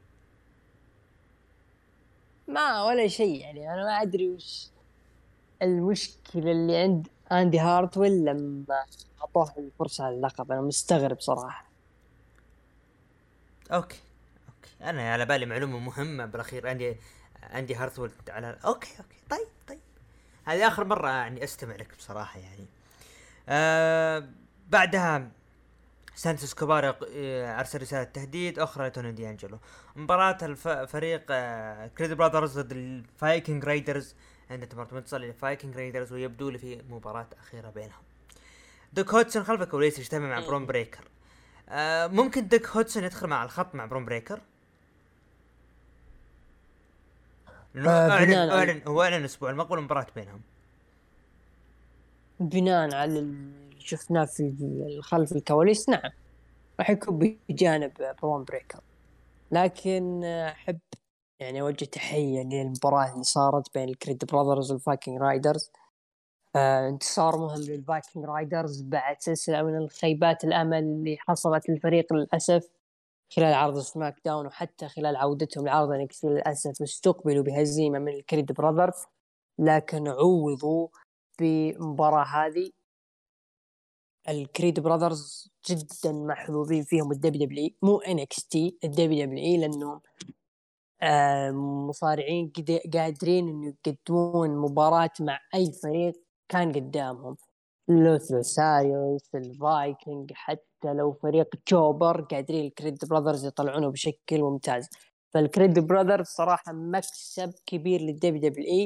S2: ما ولا شيء، يعني أنا ما أدري وش المشكلة اللي عند أندي هارتويل لما أعطوه الفرصة على اللقب. أنا مستغرب صراحة.
S1: أوكي انا على بالي معلومه مهمه بالاخير عندي عندي هارثولد على اوكي اوكي طيب طيب هذه اخر مره يعني استمع لك بصراحه يعني. آه بعدها سانتوس اسكوبار ارسل رساله تهديد اخرى لتوني دي انجلو. مباراه الفريق آه كريد براذرز ضد الفايكنج رايدرز عند تمرت متصل للفايكنج رايدرز، ويبدو لي في مباراه اخيره بينهم. دوك هودسون خلف الكواليس يجتمع مع برون بريكر. آه ممكن دوك هودسون يدخل مع الخط مع برون بريكر، لانه
S2: آه
S1: اعلن
S2: بناء على
S1: اعلن هو اعلن الاسبوع المقبل مباراة بينهم.
S2: بناء على اللي شفناه في خلف الكواليس، نعم راح يكون بجانب برون بريكر. لكن احب يعني اوجه تحيه للمباراه اللي صارت بين الكريد براذرز والفايكنج رايدرز. آه انتصار مهم للفايكنج رايدرز بعد سلسله من الخيبات الامل اللي حصلت للفريق للاسف خلال عرض سماك داون، وحتى خلال عودتهم لعرض انكس للاسف استقبلوا بهزيمه من الكريد براذرز، لكن عوضوا بمباراه هذه. الكريد براذرز جدا محظوظين فيهم الدبليو دبليو اي، مو ان اكس تي، الدبليو دبليو اي، لانهم آه مصارعين قادرين انه يقدمون مباراة مع اي فريق كان قدامهم. لوثروساريوس، الفايكنج، حتى لو فريق جوبر قادرين الكريد براذرز يطلعونه بشكل ممتاز. فالكريد براذرز صراحة مكسب كبير للدبليو دبليو اي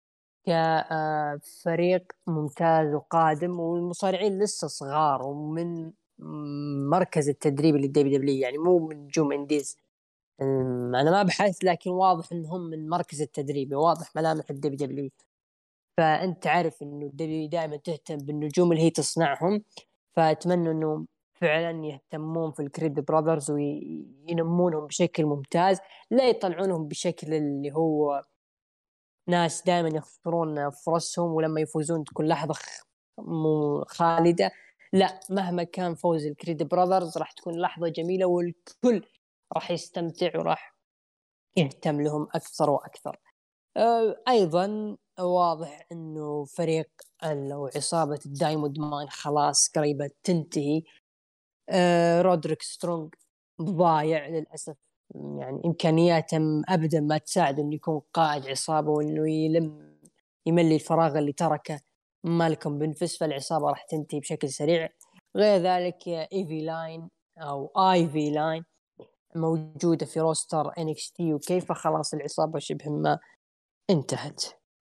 S2: كفريق ممتاز وقادم، والمصارعين لسه صغار ومن مركز التدريب للدبليو دبليو، يعني مو من نجوم انديز. انا ما بحث لكن واضح انهم من مركز التدريبي، واضح ملامح الدبليو دبليو. فانت عارف انه الدبليو دائما تهتم بالنجوم اللي هي تصنعهم، فاتمنى انه فعلا يهتمون في الكريد براذرز وينمونهم بشكل ممتاز، لا يطلعونهم بشكل اللي هو ناس دائما يخسرون فرصهم ولما يفوزون تكون لحظة خالدة. لا، مهما كان فوز الكريد براذرز راح تكون لحظة جميلة والكل راح يستمتع وراح يهتم لهم أكثر وأكثر. أه أيضا واضح أنه فريق أو عصابة الدايموند مان خلاص قريبة تنتهي. أه رودريك سترونج ضايع للأسف، يعني إمكانياته أبدا ما تساعد أنه يكون قائد عصابة وأنه يلم يملي الفراغ اللي تركه مالكم بنفس، فالعصابة راح تنتهي بشكل سريع. غير ذلك إيفي لاين أو آي في لاين موجودة في روستر إن إكس تي، وكيف خلاص العصابة شبه ما انتهت.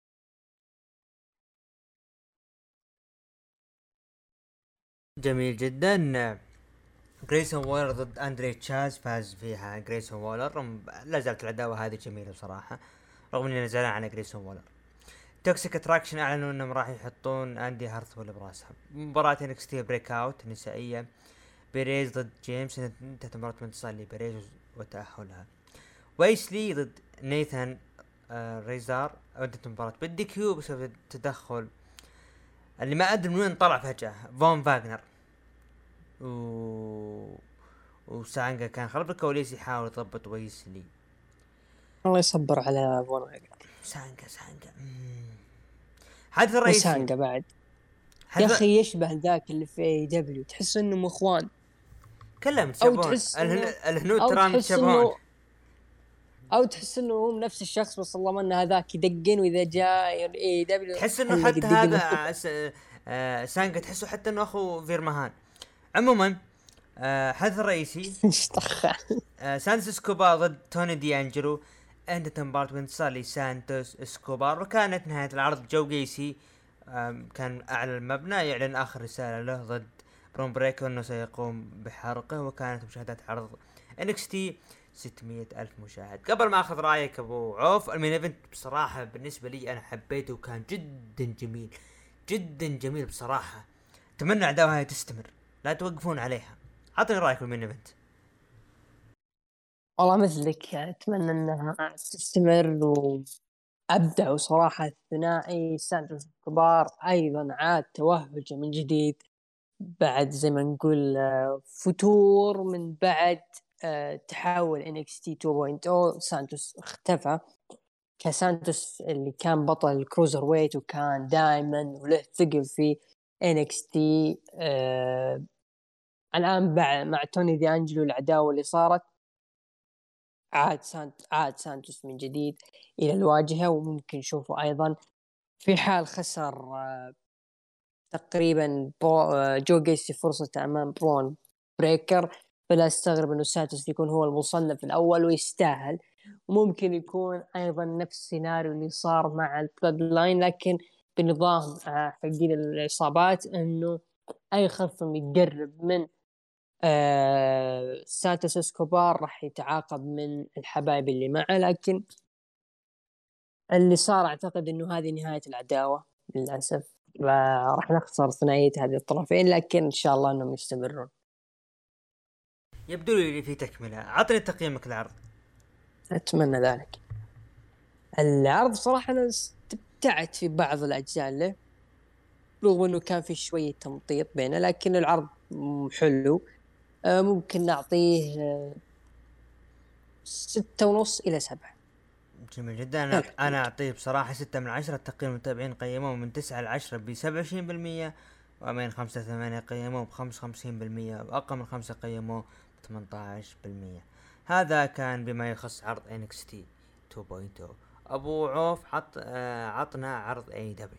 S1: جميل جدا. جريسون وولر ضد اندري تشاز، فاز فيها جريسون وولر. لا زالت العداوة هذه جميلة بصراحة رغم اني زعلان على جريسون وولر. توكسيك اتراكشن اعلنوا انهم راح يحطون اندي هارثول براسها. مباراة انكس تي بريك اوت نسائية، بيريز ضد جيمس، انتهت مباراة انتصار لبيريز وتأهلها. ويسلي ضد نيثان آه ريزار، انتهت مباراة بالدي كيو بسبب التدخل اللي ما ادري من وين طلع فجأة فون فاغنر. و وسانجا كان خلف الكواليس يحاول يضبط ويسلي.
S2: الله يصبر على فون فاغنر.
S1: سانجا سانجا حدث الرئيسي
S2: وسانجا بعد يا
S1: حدث...
S2: اخي يشبه ذاك اللي في اي دبليو، تحس انهم اخوان،
S1: كلهم
S2: او
S1: متشابهون.
S2: تحس
S1: الهن...
S2: انه
S1: الهنود
S2: او
S1: ترى
S2: تحس
S1: متشابهون.
S2: انه او تحس انه هم نفس الشخص، بس اللهم ان هذاك يدقن واذا جاء اي دبليو
S1: تحس انه
S2: حلق
S1: حتى
S2: الدقن.
S1: هذا س... آه سانجا تحسه حتى انه اخو فيرمهان. عموما آه حدث الرئيسي
S2: ايش طخ.
S1: آه سانتوس اسكوبار ضد توني دي انجلو. انتهت مباراة بانتصار لسانتوس اسكوبار، وكانت نهاية العرض جو جيسي آه كان اعلى المبنى يعلن اخر رسالة له ضد برون بريكر انه سيقوم بحرقه. وكانت مشاهدات عرض انكس تي ستمية الف مشاهد. قبل ما اخذ رايك ابو عوف، المين ايفنت بصراحة بالنسبة لي انا حبيته وكان جدا جميل جدا جميل بصراحة. اتمنى العداوة هاي تستمر، لا توقفون عليها. عطني رايك بالمين ايفنت.
S2: والله مثلك اتمنى انها تستمر وابدع. وصراحه الثنائي سانتوس كبار ايضا عاد توهج من جديد بعد زي ما نقول آه، فتور من بعد آه، تحول إن إكس تي تو بوينت أو. سانتوس اختفى كسانتوس اللي كان بطل الكروزر ويت وكان دائما وله ثقل في إن إكس تي. آه الآن مع توني دي أنجلو العداوة اللي صارت عاد سانت عاد سانتوس من جديد إلى الواجهة، وممكن نشوفه أيضا في حال خسر آه، تقريبا برو آه، جو جيسي فرصة أمام برون بريكر، فلا استغرب إنه سانتوس يكون هو المصنف الأول ويستاهل. وممكن يكون أيضا نفس السيناريو اللي صار مع البلاد لاين، لكن بنظام آه، حقين العصابات، إنه أي خصم يقرب من آه سانتوس اسكوبار راح يتعاقب من الحبايب اللي معه. لكن اللي صار اعتقد انه هذه نهاية العداوة للأسف، راح نخسر ثنائية هذه الطرفين، لكن ان شاء الله انهم يستمرون.
S1: يبدو لي في تكملة. عطني تقييمك العرض.
S2: اتمنى ذلك. العرض صراحة انا استمتعت في بعض الاجزاء له، رغم انه كان في شوية تمطيط بينه، لكن العرض حلو. آه ممكن نعطيه آه ستة ونص الى سبعة.
S1: جميل جدا. انا انا اعطيه بصراحه ستة من عشرة. تقييم المتابعين قيموه من تسعة لعشرة بسبعة وعشرين بالمية، ومن خمسة ثمانية قيموه بخمسة وخمسين بالمية، واقل من خمسة قيموه بثمانية عشر بالمية. هذا كان بما يخص عرض إن إكس تي تو بوينت أو. ابو عوف عط آه عطنا عرض اي دبليو.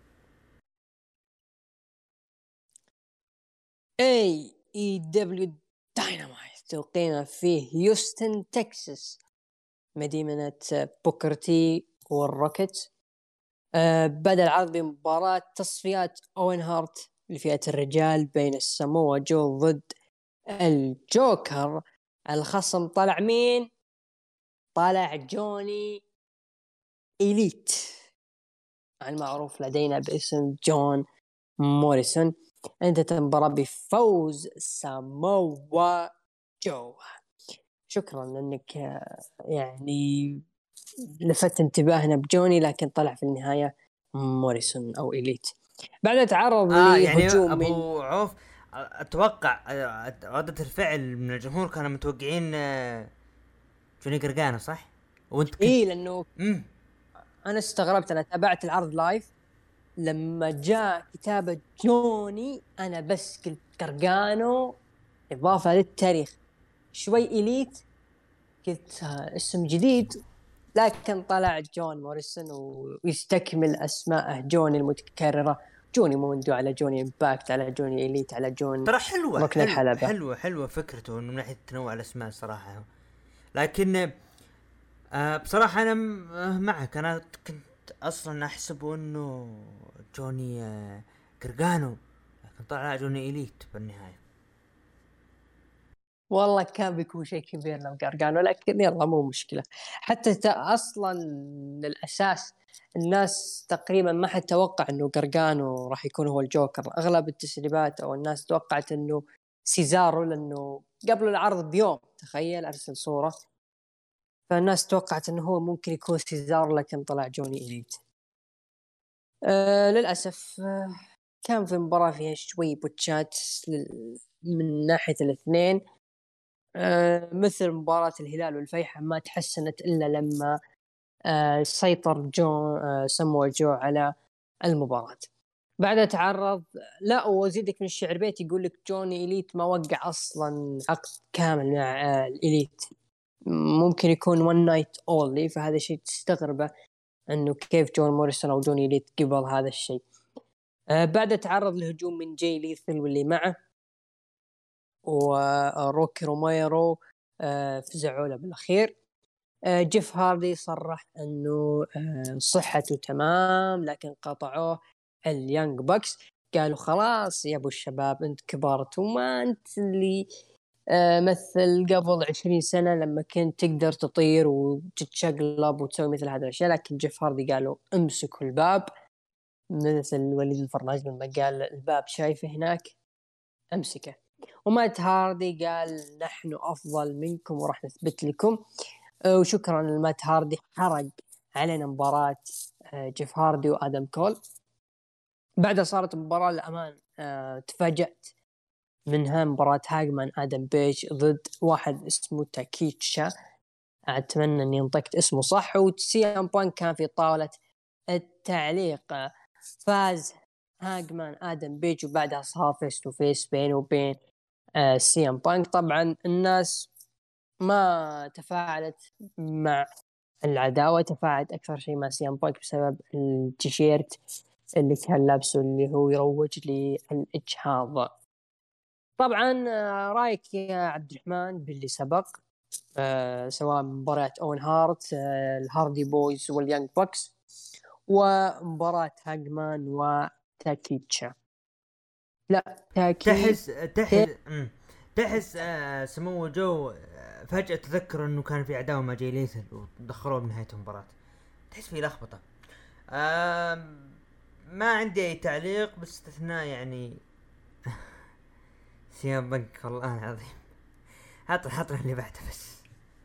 S2: اي اي دبليو داينامايت تقيم في هيوستن تكساس، مدينة بوكرتي والروكيت. أه بدأ العرض بمباراة تصفيات أوين هارت لفئة الرجال بين الساموا جو ضد الجوكر. الخصم طلع مين؟ طلع جوني إليت، المعروف لدينا باسم جون موريسون. انتهت المباراة بفوز ساموا جو. شكرا لانك يعني لفت انتباهنا بجوني، لكن طلع في النهاية موريسون او إليت. بعد تعرض
S1: اه يعني
S2: لهجوم من
S1: ابو عوف، اتوقع آه، ردة الفعل من الجمهور كانوا متوقعين آه، جوني قرقانو، صح؟ وانت كنت
S2: ايه، لانه
S1: امم
S2: انا استغربت، انا تابعت العرض لايف لما جاء كتابة جوني، انا بس قلت قرقانو اضافة للتاريخ. شوي إليت قلت آه، اسم جديد، لكن طلع جون موريسون ويستكمل أسماءه جوني المتكررة. جوني موندو على جوني امباكت على جوني إليت على جون
S1: ترى حلوة
S2: ركن
S1: حلوة
S2: الحلبة.
S1: حلوة حلوة فكرته من ناحية تنوع الاسماء صراحة. لكن آه بصراحة انا م- آه، معك. انا كنت اصلا احسب انه جوني آه قرقانو، لكن طلع جوني إليت بالنهاية.
S2: والله كان بيكون شيء كبير لو قرقانو، لكن يلا مو مشكلة. حتى ت- أصلا للأساس الناس تقريبا ما حد توقع انه قرقانو راح يكون هو الجوكر. اغلب التسريبات او الناس توقعت انه سيزارو، لانه قبل العرض بيوم تخيل ارسل صورة، فالناس توقعت انه هو ممكن يكون سيزار، لكن طلع جوني إليت. أه للأسف أه كان في مباراة فيها شوي بوتشات من ناحية الاثنين. أه مثل مباراة الهلال والفيحة ما تحسنت إلا لما أه سيطر جو أه سمو جو على المباراة. بعدها تعرض، لا وزيدك من الشعر بيت يقول لك جوني إليت ما وقع أصلا عقد كامل مع أه الإليت، ممكن يكون ون نايت اونلي، فهذا شيء تستغربه انه كيف جون موريسون او جوني ليت قبل هذا الشيء. آه بعد تعرض لهجوم من جاي ليثل واللي معه وروكي روميرو، آه فزعوا له بالاخير. آه جيف هاردي صرح انه آه صحته تمام، لكن قطعوه اليانج بوكس. قالوا خلاص يا ابو الشباب انت كبرت وما انت اللي آه مثل قبل عشرين سنة لما كنت تقدر تطير وتتشقلب وتسوي مثل هذه الأشياء. لكن جيف هاردي قالوا امسكوا الباب، مثل وليد الفرناج لما قال الباب شايفه هناك امسكه. ومات هاردي قال نحن أفضل منكم وراح نثبت لكم. آه وشكرا لمات هاردي، حرق علينا مباراة آه جيف هاردي وآدم كول. بعدها صارت مباراة للأمان آه تفاجأت منها، مباراة هاجمان آدم بيج ضد واحد اسمه تاكيتشا، أتمنى أني انطقت اسمه صح. وسي ام بانك كان في طاولة التعليق. فاز هاجمان آدم بيج، وبعدها صار فيس تو فيس بينه وبين آه سي ام بانك. طبعا الناس ما تفاعلت مع العداوة، تفاعلت أكثر شيء مع سي ام بانك بسبب التيشيرت اللي كان لابسه اللي هو يروج للإجهاض. طبعا آه، رأيك يا عبد الرحمن باللي سبق، آه، سواء مباراة اون هارت، آه، الهاردي بويز واليانج بوكس، ومباراة هاجمان وتاكيتشا. لا تاكي
S1: تحس تحس مم. تحس آه سمو جو آه فجأة تذكر انه كان في عداوة مع جاي ليثل ودخلوه بنهاية المباراة. تحس في لخبطة. آه ما عندي اي تعليق باستثناء يعني سيام بنك والله العظيم. حط حط اللي بعده بس.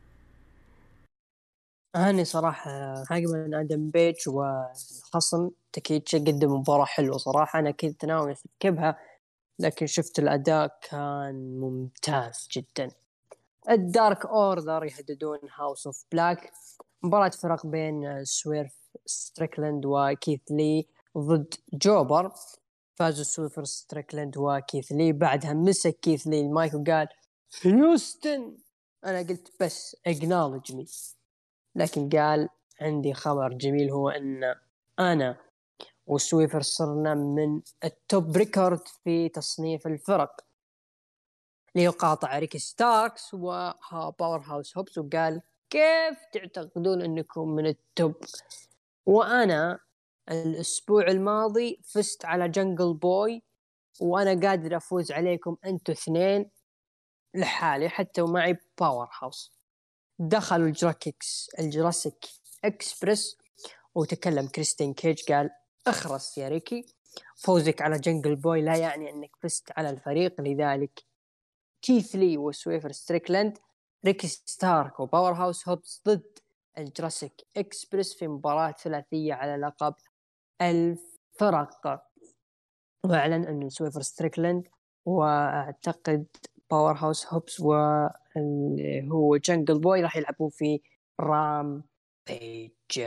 S2: هاني صراحة هاجمان آدم بيج والخصم تاكيتشا قدم مباراة حلوة صراحة. أنا كنت ناوي أسكبها لكن شفت الأداء كان ممتاز جدا. الدارك أوردر يهددون هاوس أوف بلاك. مباراة فرق بين سويرف ستريكلاند وكيث لي ضد جوبر. فازوا سويفر ستريكلاند وكيث لي. بعدها مسك كيث لي المايك وقال هيوستن. أنا قلت بس acknowledge me، لكن قال عندي خبر جميل، هو أن أنا وسويفر صرنا من التوب ريكورد في تصنيف الفرق، ليقاطع ريكي ستاركس وباور هاوس هوبس. وقال كيف تعتقدون أنكم من التوب وأنا الأسبوع الماضي فزت على جنجل بوي وأنا قادر أفوز عليكم أنتوا اثنين لحالي حتى ومعي باور هاوس. دخلوا الجراكيكس الجراسيك اكسبرس وتكلم كريستين كيج قال اخرس يا ريكي، فوزك على جنجل بوي لا يعني انك فزت على الفريق. لذلك كيث لي وسويفر ستريكلاند، ريكي ستارك وباور هاوس هوبس ضد الجراسيك اكسبرس في مباراة ثلاثية على لقب الفرق. واعلن ان سويفر ستريكلاند واعتقد باور هاوس هوبس واللي هو جنجل بوي راح يلعبون في رام بيج.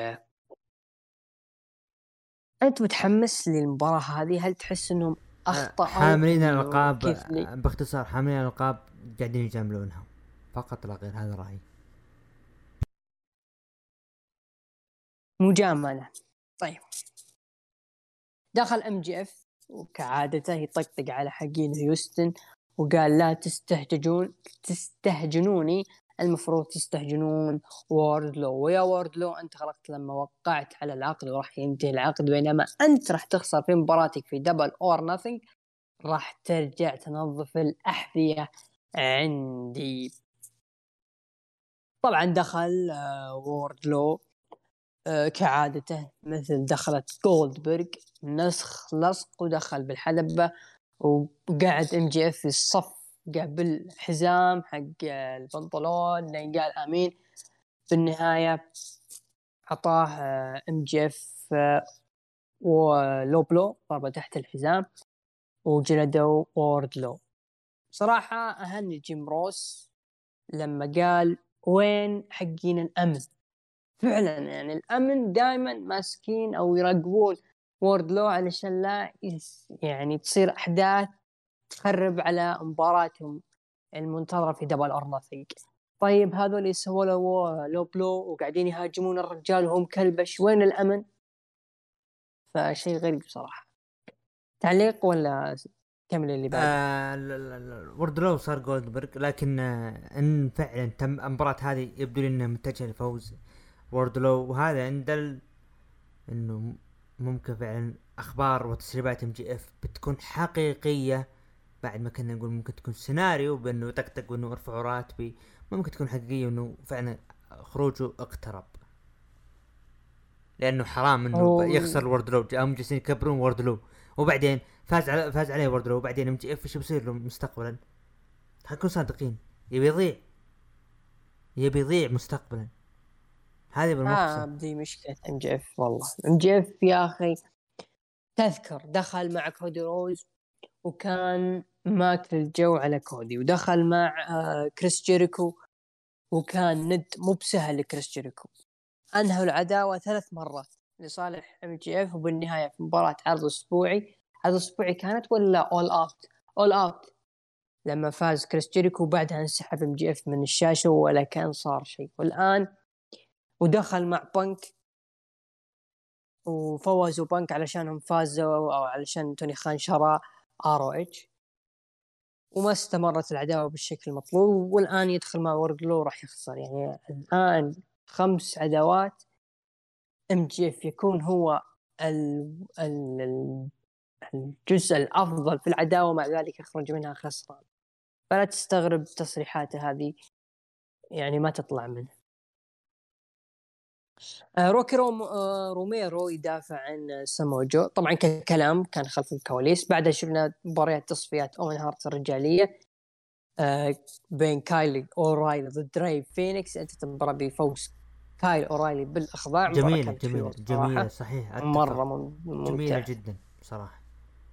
S2: انت متحمس للمباراة هذه؟ هل تحس انهم
S1: آه
S2: اخطأوا
S1: حاملين
S2: انه
S1: الالقاب
S2: كيف لي
S1: آه باختصار حاملين الالقاب قاعدين يجاملونها فقط لا غير. هذا رأيي.
S2: مجاملة؟ طيب دخل ام جي اف وكعادته يطقطق على حقين هيوستن وقال لا تستهجنون تستهجنوني، المفروض تستهجنون ووردلو. ويا ووردلو انت غلطت لما وقعت على العقد وراح ينتهي العقد، بينما انت راح تخسر في مباراتك في دبل اور ناثينج، راح ترجع تنظف الأحذية عندي. طبعا دخل آه ووردلو آه كعادته مثل دخلت جولدبرغ نسخ لصق ودخل بالحلبة وقعد ام جي اف في الصف قبل حزام حق البنطلون لين قال امين. في النهاية عطاه ام جي اف ولو بلو ضربة تحت الحزام وجلدوا ووردلو. صراحة أهني جيم روس لما قال وين حقين الأمن. فعلا يعني الأمن دائما ماسكين أو يراقبون ووردلو علشان لا يعني تصير أحداث تخرب على مباراتهم المنتظرة في دبل أور ناثينج. طيب هذول اللي سووا له لو بلو وقاعدين يهاجمون الرجال وهم كلبش، وين الأمن؟ فشيء غريب صراحة. تعليق ولا كمل اللي بعده؟
S1: آه وردلو صار جولدبرغ لكن آه ان فعلا تم المباراة هذه يبدو لي انها متجهة لفوز وردلو، وهذا عند انه ممكن فعلا اخبار وتسريبات ام جي اف بتكون حقيقية. بعد ما كنا نقول ممكن تكون سيناريو بانه طقطق وانه ارفعوا راتبي، ممكن تكون حقيقية وانه فعلا خروجه اقترب. لانه حرام انه يخسر وردلو، هم جالسين يكبرون وردلو وبعدين فاز على فاز عليه وردلو وبعدين ام جي اف ايش بيصير له مستقبلا؟ خلينا صادقين، يبي يضيع يبي يضيع مستقبلا. هذه بالمقصة.
S2: آه بدي مشكلة ام جي اف والله. ام جي اف يا اخي تذكر دخل مع كودي روز وكان ماكل الجو على كودي، ودخل مع آه كريس جيريكو وكان ند مو بسهل لكريس جيريكو. انهوا العداوة ثلاث مرات لصالح ام جي اف، وبالنهاية في مباراة عرض اسبوعي. عرض اسبوعي كانت ولا اول اوت؟ اول اوت لما فاز كريس جيريكو، وبعدها انسحب ام جي اف من الشاشة ولا كان صار شيء. والآن ودخل مع بانك وفوزوا بانك علشانهم فازوا أو علشان توني خان شرى ار او اتش، وما استمرت العداوة بالشكل المطلوب. والآن يدخل مع وردلو راح يخسر. يعني الآن خمس عداوات ام جي اف يكون هو ال... ال... الجزء الأفضل في العداوة، مع ذلك يخرج منها خسران. فلا تستغرب تصريحاته هذه، يعني ما تطلع منه. آه روكي روم آه روميرو يدافع عن سامو جو. طبعا ككلام كان خلف الكواليس. بعدها شفنا مباريات تصفيات أوين هارت الرجالية آه بين كايل أورايلي ضد راي فينيكس. انت تمبرا بفوز كايل أورايلي بالإخضاع. مباراة
S1: جميلة
S2: كانت حلوة
S1: جميلة جميلة،
S2: صراحة،
S1: صحيح
S2: مرة
S1: اتفق، جميلة
S2: ممتعة.
S1: جدا صراحة.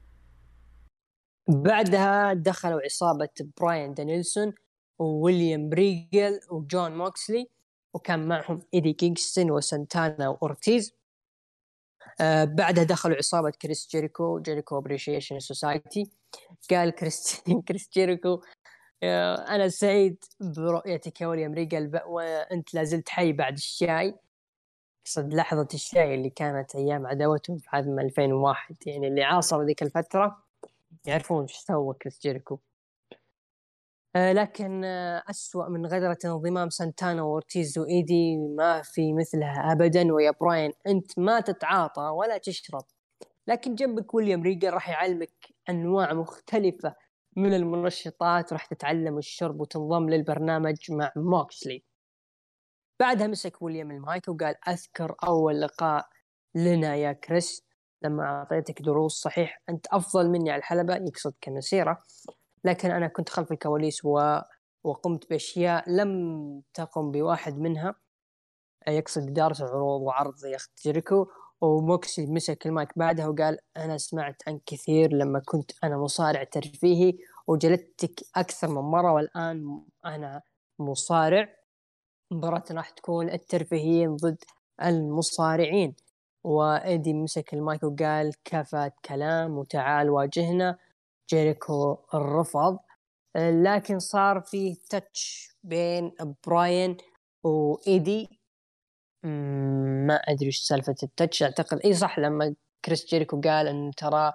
S2: بعدها دخلوا عصابة براين دانيلسون وويليام بريغل وجون موكسلي، وكان معهم إيدي كينغستون وسانتانا وأورتيز. آه بعدها دخلوا عصابة كريس جيريكو جيريكو أبريشيشن سوسايتي. قال كريس كريس جيريكو آه أنا سعيد برؤيتك يا ويليام بريغل، وأنت لازلت حي بعد الشاي. قصد لحظة الشاي اللي كانت أيام عداوتهم في عام ألفين وواحد، يعني اللي عاصروا ذيك الفترة يعرفون ايش سوى كريس جيريكو. آه لكن آه أسوأ من غدرة انضمام سانتانا وورتيز وإيدي ما في مثلها أبدا. ويا براين أنت ما تتعاطى ولا تشرب، لكن جنبك ويليام ريجر راح يعلمك أنواع مختلفة من المنشطات، راح تتعلم الشرب وتنضم للبرنامج مع موكسلي. بعدها مسك ويليام المايك وقال أذكر أول لقاء لنا يا كريس لما أعطيتك دروس. صحيح أنت أفضل مني على الحلبة، يقصد كمسيرة، لكن أنا كنت خلف الكواليس و... وقمت بأشياء لم تقم بواحد منها، يقصد إدارة العروض وعرض يخت جيريكو. وموكسي مسك المايك بعدها وقال أنا سمعت عن كثير لما كنت أنا مصارع ترفيهي، وجلدتك أكثر من مرة، والآن أنا مصارع. مباراتنا راح تكون الترفيهيين ضد المصارعين. وإيدي مسك المايك وقال كفى كلام وتعال واجهنا. جيريكو الرفض، لكن صار فيه تاتش بين براين وإيدي. ما أدري إيش سالفة التاتش. أعتقد إيه صح لما كريس جيريكو قال إن ترى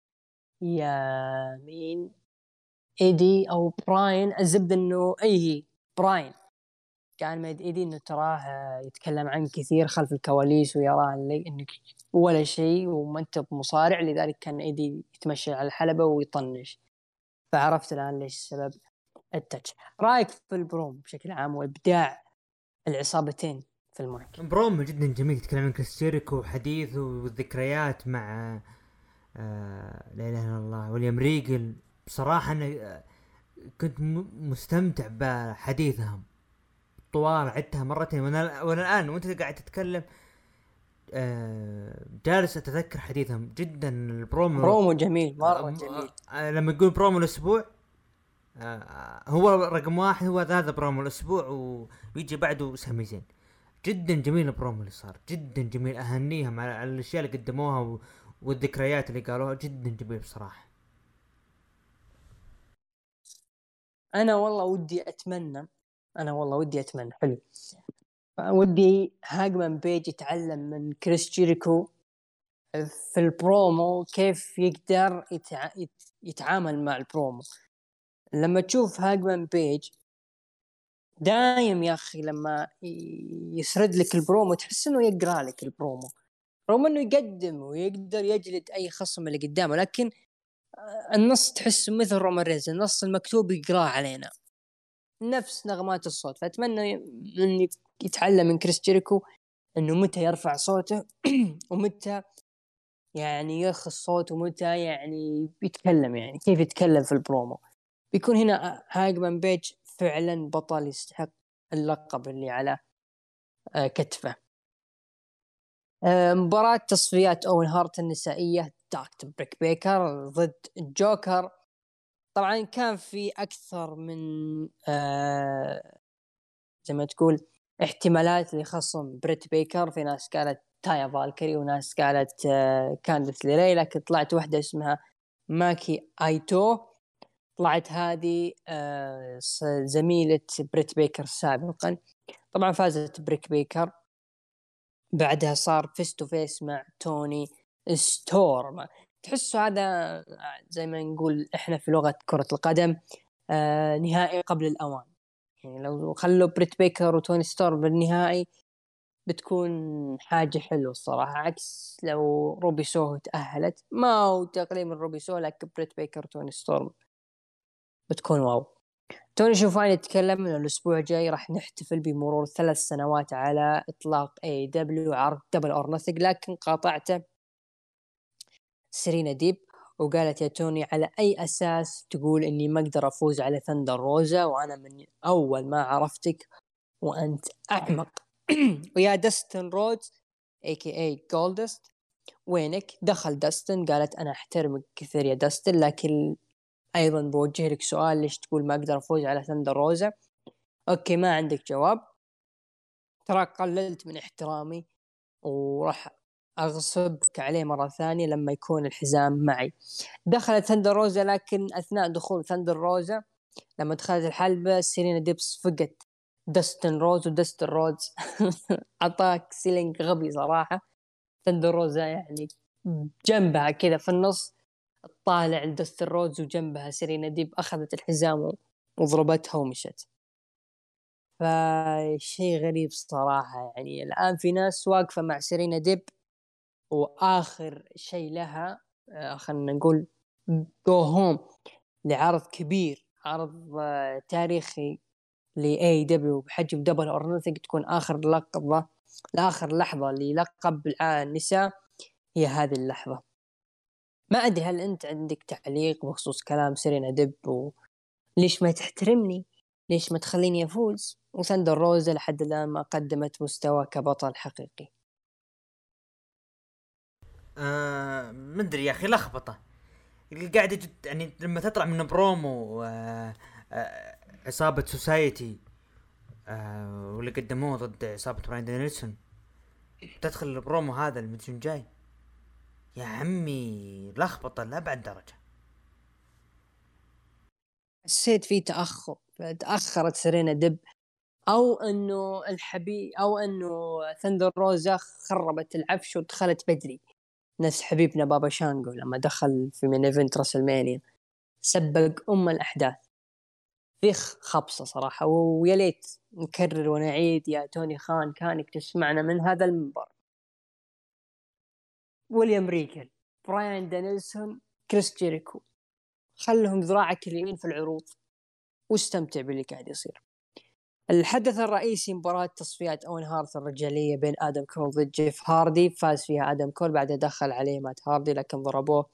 S2: يا مين إيدي أو براين، الزبد إنه أيه براين كان ميد إيدي إنه تراه يتكلم عن كثير خلف الكواليس ويراه اللي إنك ولا شيء وما أنت بمصارع، لذلك كان إيدي يتمشى على الحلبة ويطنش. فعرفت الآن ليش سبب التاتش. رأيك في البروم بشكل عام وإبداع العصابتين في المايك؟
S1: بروم جدا جميل، يتكلم عن كريس جيريكو وحديثه والذكريات مع آه لا اله الا الله ويليام ريجل. بصراحة انا آه كنت م- مستمتع بحديثهم طوال، عدتها مرتين وانا وانا الان وانت قاعد تتكلم آه جالس اتذكر حديثهم جدا. البرومو
S2: برومو جميل، مرة
S1: آه
S2: جميل.
S1: آه لما يقول برومو الاسبوع آه هو رقم واحد، هو هذا برومو الاسبوع ويجي بعده سامي زين. جدا جميل البرومو اللي صار، جدا جميل، اهنيهم على على الاشياء اللي قدموها و... والذكريات اللي قالوها، جدا جميل بصراحة.
S2: أنا والله ودي أتمنى أنا والله ودي أتمنى حلو ودي هاجمان بيج يتعلم من كريس جيريكو في البرومو كيف يقدر يتع... يتعامل مع البرومو. لما تشوف هاجمان بيج دايم يا أخي لما يسرد لك البرومو تحس إنه يقرأ لك البرومو، رغم إنه يقدم ويقدر يجلد أي خصم اللي قدامه، لكن النص تحس مثل رومان رينز، النص المكتوب يقرأ علينا نفس نغمات الصوت. فأتمنى إن يتعلم من كريس جيريكو إنه متى يرفع صوته ومتى يعني يرخص الصوت، ومتى يعني يتكلم، يعني كيف يتكلم في البرومو. بيكون هنا هاجمان بيج فعلا بطل يستحق اللقب اللي على كتفه. مباراة تصفيات أوين هارت النسائية، داكت بريك بيكر ضد الجوكر. طبعا كان في أكثر من آه زي ما تقول احتمالات لخصم بريت بيكر. في ناس قالت تايا فالكري، وناس قالت آه كانديس ليري، لكن طلعت واحدة اسمها ماكي آيتو. طلعت هذه آه زميلة بريت بيكر سابقا. طبعا فازت بريك بيكر، بعدها صار فيس تو فيس مع توني ستورم. تحسوا هذا زي ما نقول احنا في لغة كرة القدم آه نهائي قبل الأوان. يعني لو خلوا بريت بيكر وتوني ستورم بالنهائي بتكون حاجة حلوة الصراحة، عكس لو روبي سوهو تأهلت. ما هو تقليل من روبي سوهو، لكن بريت بيكر وتوني ستورم بتكون واو. توني شوفاني يتكلم انه الاسبوع الجاي راح نحتفل بمرور ثلاث سنوات على اطلاق اي دبليو عرض دبل اور نثينج، لكن قاطعته سيرينا ديب وقالت يا توني على اي اساس تقول اني ما اقدر افوز على ثندر روزا وانا من اول ما عرفتك وانت احمق. ويا داستن رودز اي كي اي جولدست وينك؟ دخل داستن قالت انا احترمك كثير يا داستن، لكن ايضا بوجه لك سؤال، ليش تقول ما اقدر افوز على ثندر روزا؟ اوكي ما عندك جواب، ترى قللت من احترامي وراح اغصبك عليه مرة ثانية لما يكون الحزام معي. دخلت ثندر روزا، لكن اثناء دخول ثندر روزا لما دخلت الحلبة سيرينا ديبس فقت داستن روز، وداستن روز عطاك سيلينج غبي صراحة. ثندر روزا يعني جنبها كذا في النص طالع لداستن روز، وجنبها سيرينا ديب أخذت الحزام وضربتها ومشت. فشيء غريب صراحة. يعني الآن في ناس واقفة مع سيرينا ديب، وآخر شيء لها آه خلنا نقول جو هوم لعرض كبير، عرض آه تاريخي لأي دبليو بحجم دبل أور نثينج، تكون آخر لقطة لآخر لحظة للقب النساء هي هذه اللحظة. ما أدري هل أنت عندك تعليق بخصوص كلام سيرينا ديب، وليش ما تحترمني؟ ليش ما تخليني أفوز؟ وثندر روزا لحد الآن ما قدمت مستوى كبطل حقيقي.
S1: آه مدري يا اخي لخبطه القاعده جد. يعني لما تطلع من برومو آه آه عصابه سوسايتي آه واللي قدموه ضد عصابه براين دانيلسون، تدخل البرومو هذا المتجن جاي، يا عمي لخبطه لأبعد درجه.
S2: حسيت في تأخر، تأخرت سيرينا ديب، أو أنه الحبيب أو أنه ثندر روزا خربت العفش ودخلت بدري، نفس حبيبنا بابا شانجو لما دخل في من ايفنت راسلمانيا سبق أم الأحداث. في خبصة صراحة، ويا ليت نكرر ونعيد يا توني خان كانك تسمعنا من هذا المنبر. ويليام ريكل، براين دانيلسون، كريس جيريكو، خلهم ذراعك اليمين في العروض واستمتع باللي قاعد يصير. الحدث الرئيسي مباراة تصفيات أون هارت الرجالية بين آدم كول ضد جيف هاردي، فاز فيها آدم كول بعد دخل عليه مات هاردي، لكن ضربوه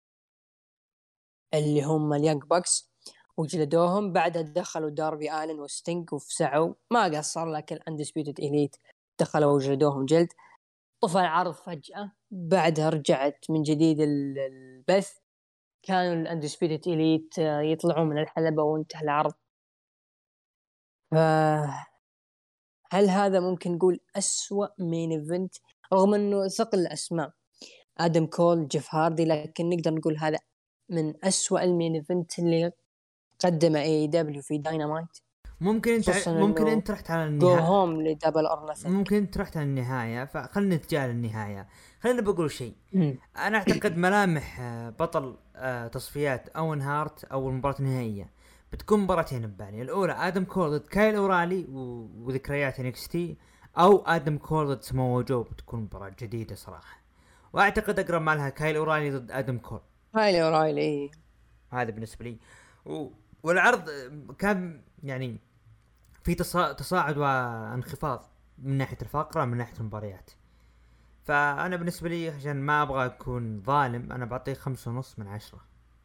S2: اللي هم اليانج باكس وجلدوهم. بعدها دخلوا داربي آلن وستينج وفسعوا، ما قصر، لكن اندسبيوتد إليت دخلوا وجلدوهم جلد. طفى العرض فجأة، بعدها رجعت من جديد البث، كانوا الاندسبيوتد إليت يطلعون من الحلبة وانتهى العرض. ف هل هذا ممكن نقول أسوأ مين إيفنت رغم أنه ثقل الأسماء آدم كول جيف هاردي، لكن نقدر نقول هذا من أسوأ المين إيفنت اللي قدم اي دبليو في داينامايت؟
S1: ممكن انت ممكن انت رحت على
S2: جو
S1: النهايه،
S2: هوم لدبل اور نثينج.
S1: ممكن انت رحت على النهايه، فخلنا نتجاهل النهايه. خلينا بقول شيء. انا اعتقد ملامح بطل تصفيات اون هارت او المباراه النهائيه بتكون مباراتين ببالي. الاولى ادم كول ضد كايل اورالي وذكريات انكس تي، او ادم كول ضد سمو جو، بتكون مباراه جديده صراحه. واعتقد اقرب مالها كايل اورالي ضد ادم كول.
S2: كايل اورالي
S1: هذا بالنسبه لي. و... والعرض كان يعني في تصا... تصاعد وانخفاض من ناحيه الفقره من ناحيه المباريات. فانا بالنسبه لي عشان ما ابغى اكون ظالم انا بعطيه خمسة ونص من عشرة.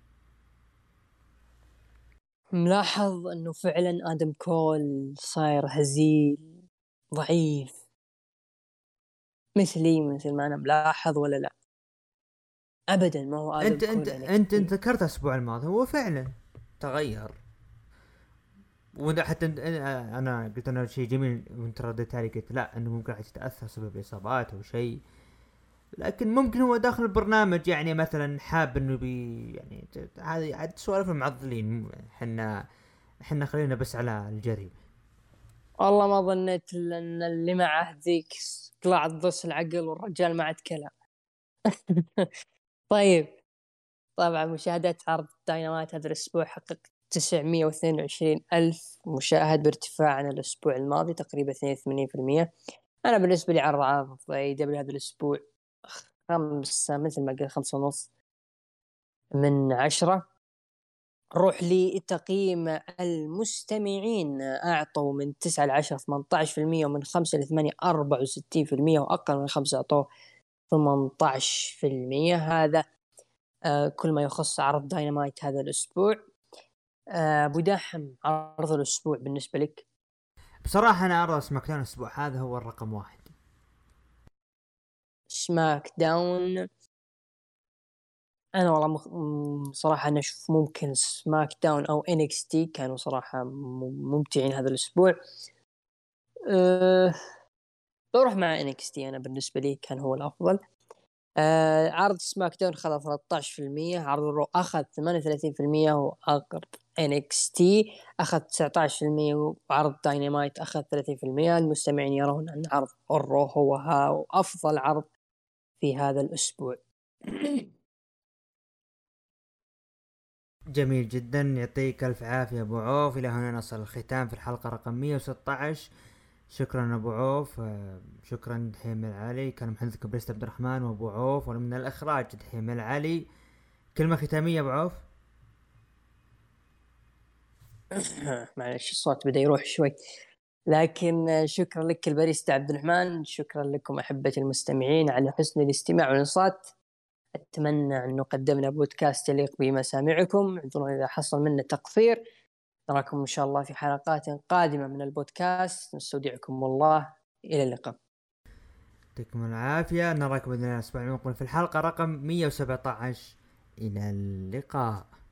S2: ملاحظ انه فعلا ادم كول صاير هزيل ضعيف مثلي مثل ما انا ملاحظ، ولا لا؟ ابدا ما هو ادم
S1: انت
S2: كول
S1: انت انت انت ذكرت الاسبوع الماضي هو فعلا تغير. وده حتى انا قلت انا شيء جميل وانت رديت علي قلت لا انه ممكن تتاثر سبب الاصابات او شيء. لكن ممكن هو داخل البرنامج يعني مثلا حاب انه بي يعني هذه عاد سوالف المعضلين. احنا احنا خلينا بس على الجري.
S2: والله ما ظنيت ان اللي معه ذيك قلعت ضص العقل والرجال ما عاد كلام. طيب، طبعا مشاهدات عرض داينامايت هذا الأسبوع حقق تسعمية واثنين وعشرين ألف مشاهد بارتفاع عن الأسبوع الماضي تقريبا اثنين وثمانين بالمئة. أنا بالنسبة لي عرض عرض اي دبليو هذا الأسبوع خمسة، مثل ما قلت خمسة ونص من عشرة. نروح لتقييم المستمعين، أعطوا من تسعة لعشرة ثمانية عشر بالمئة، ومن خمسة لثمانية أربعة وستين بالمئة، وأقل من خمسة أعطوا ثمانية عشر بالمئة. هذا آه كل ما يخص عرض داينامايت هذا الأسبوع. آه أبو دحم، عرض الأسبوع بالنسبة لك؟
S1: بصراحة أنا أرى سماك داون الأسبوع هذا هو الرقم واحد.
S2: سماك داون، أنا والله مخ... صراحة أنا أشوف ممكن سماك داون أو إن إكس تي كانوا صراحة ممتعين هذا الأسبوع. أه... بروح مع إن إكس تي، أنا بالنسبة لي كان هو الأفضل. أه... عرض سماك داون أخذ ثلاثة عشر بالمئة، عرض الرو أخذ ثمانية وثلاثين بالمئة، وعرض إن إكس تي أخذ تسعة عشر بالمئة، وعرض داينامايت أخذ ثلاثين بالمئة. المستمعين يرون أن عرض الرو هو ها أفضل عرض في هذا الأسبوع.
S1: جميل جدا، يعطيك ألف عافية أبو عوف. إلى هنا نصل الختام في الحلقة رقم مية وستة عشر. شكرا أبو عوف. شكرا دحيم العلي، كان محدثكم بريست عبد الرحمن وأبو عوف، ومن الإخراج دحيم العلي. كلمة ختامية أبو عوف.
S2: معلش الصوت بدأ يروح شوي، لكن شكرا لك الباريستا عبد الرحمن، شكرا لكم أحبتي المستمعين على حسن الاستماع والإنصات. أتمنى أنه قدمنا بودكاست يليق بمسامعكم، اعذرونا إذا حصل منا تقصير. نراكم إن شاء الله في حلقات قادمة من البودكاست، نستودعكم الله، إلى اللقاء.
S1: يعطيكم العافية، نراكم بإذن الله الأسبوع المقبل في الحلقة رقم مية وسبعة عشر. إلى اللقاء.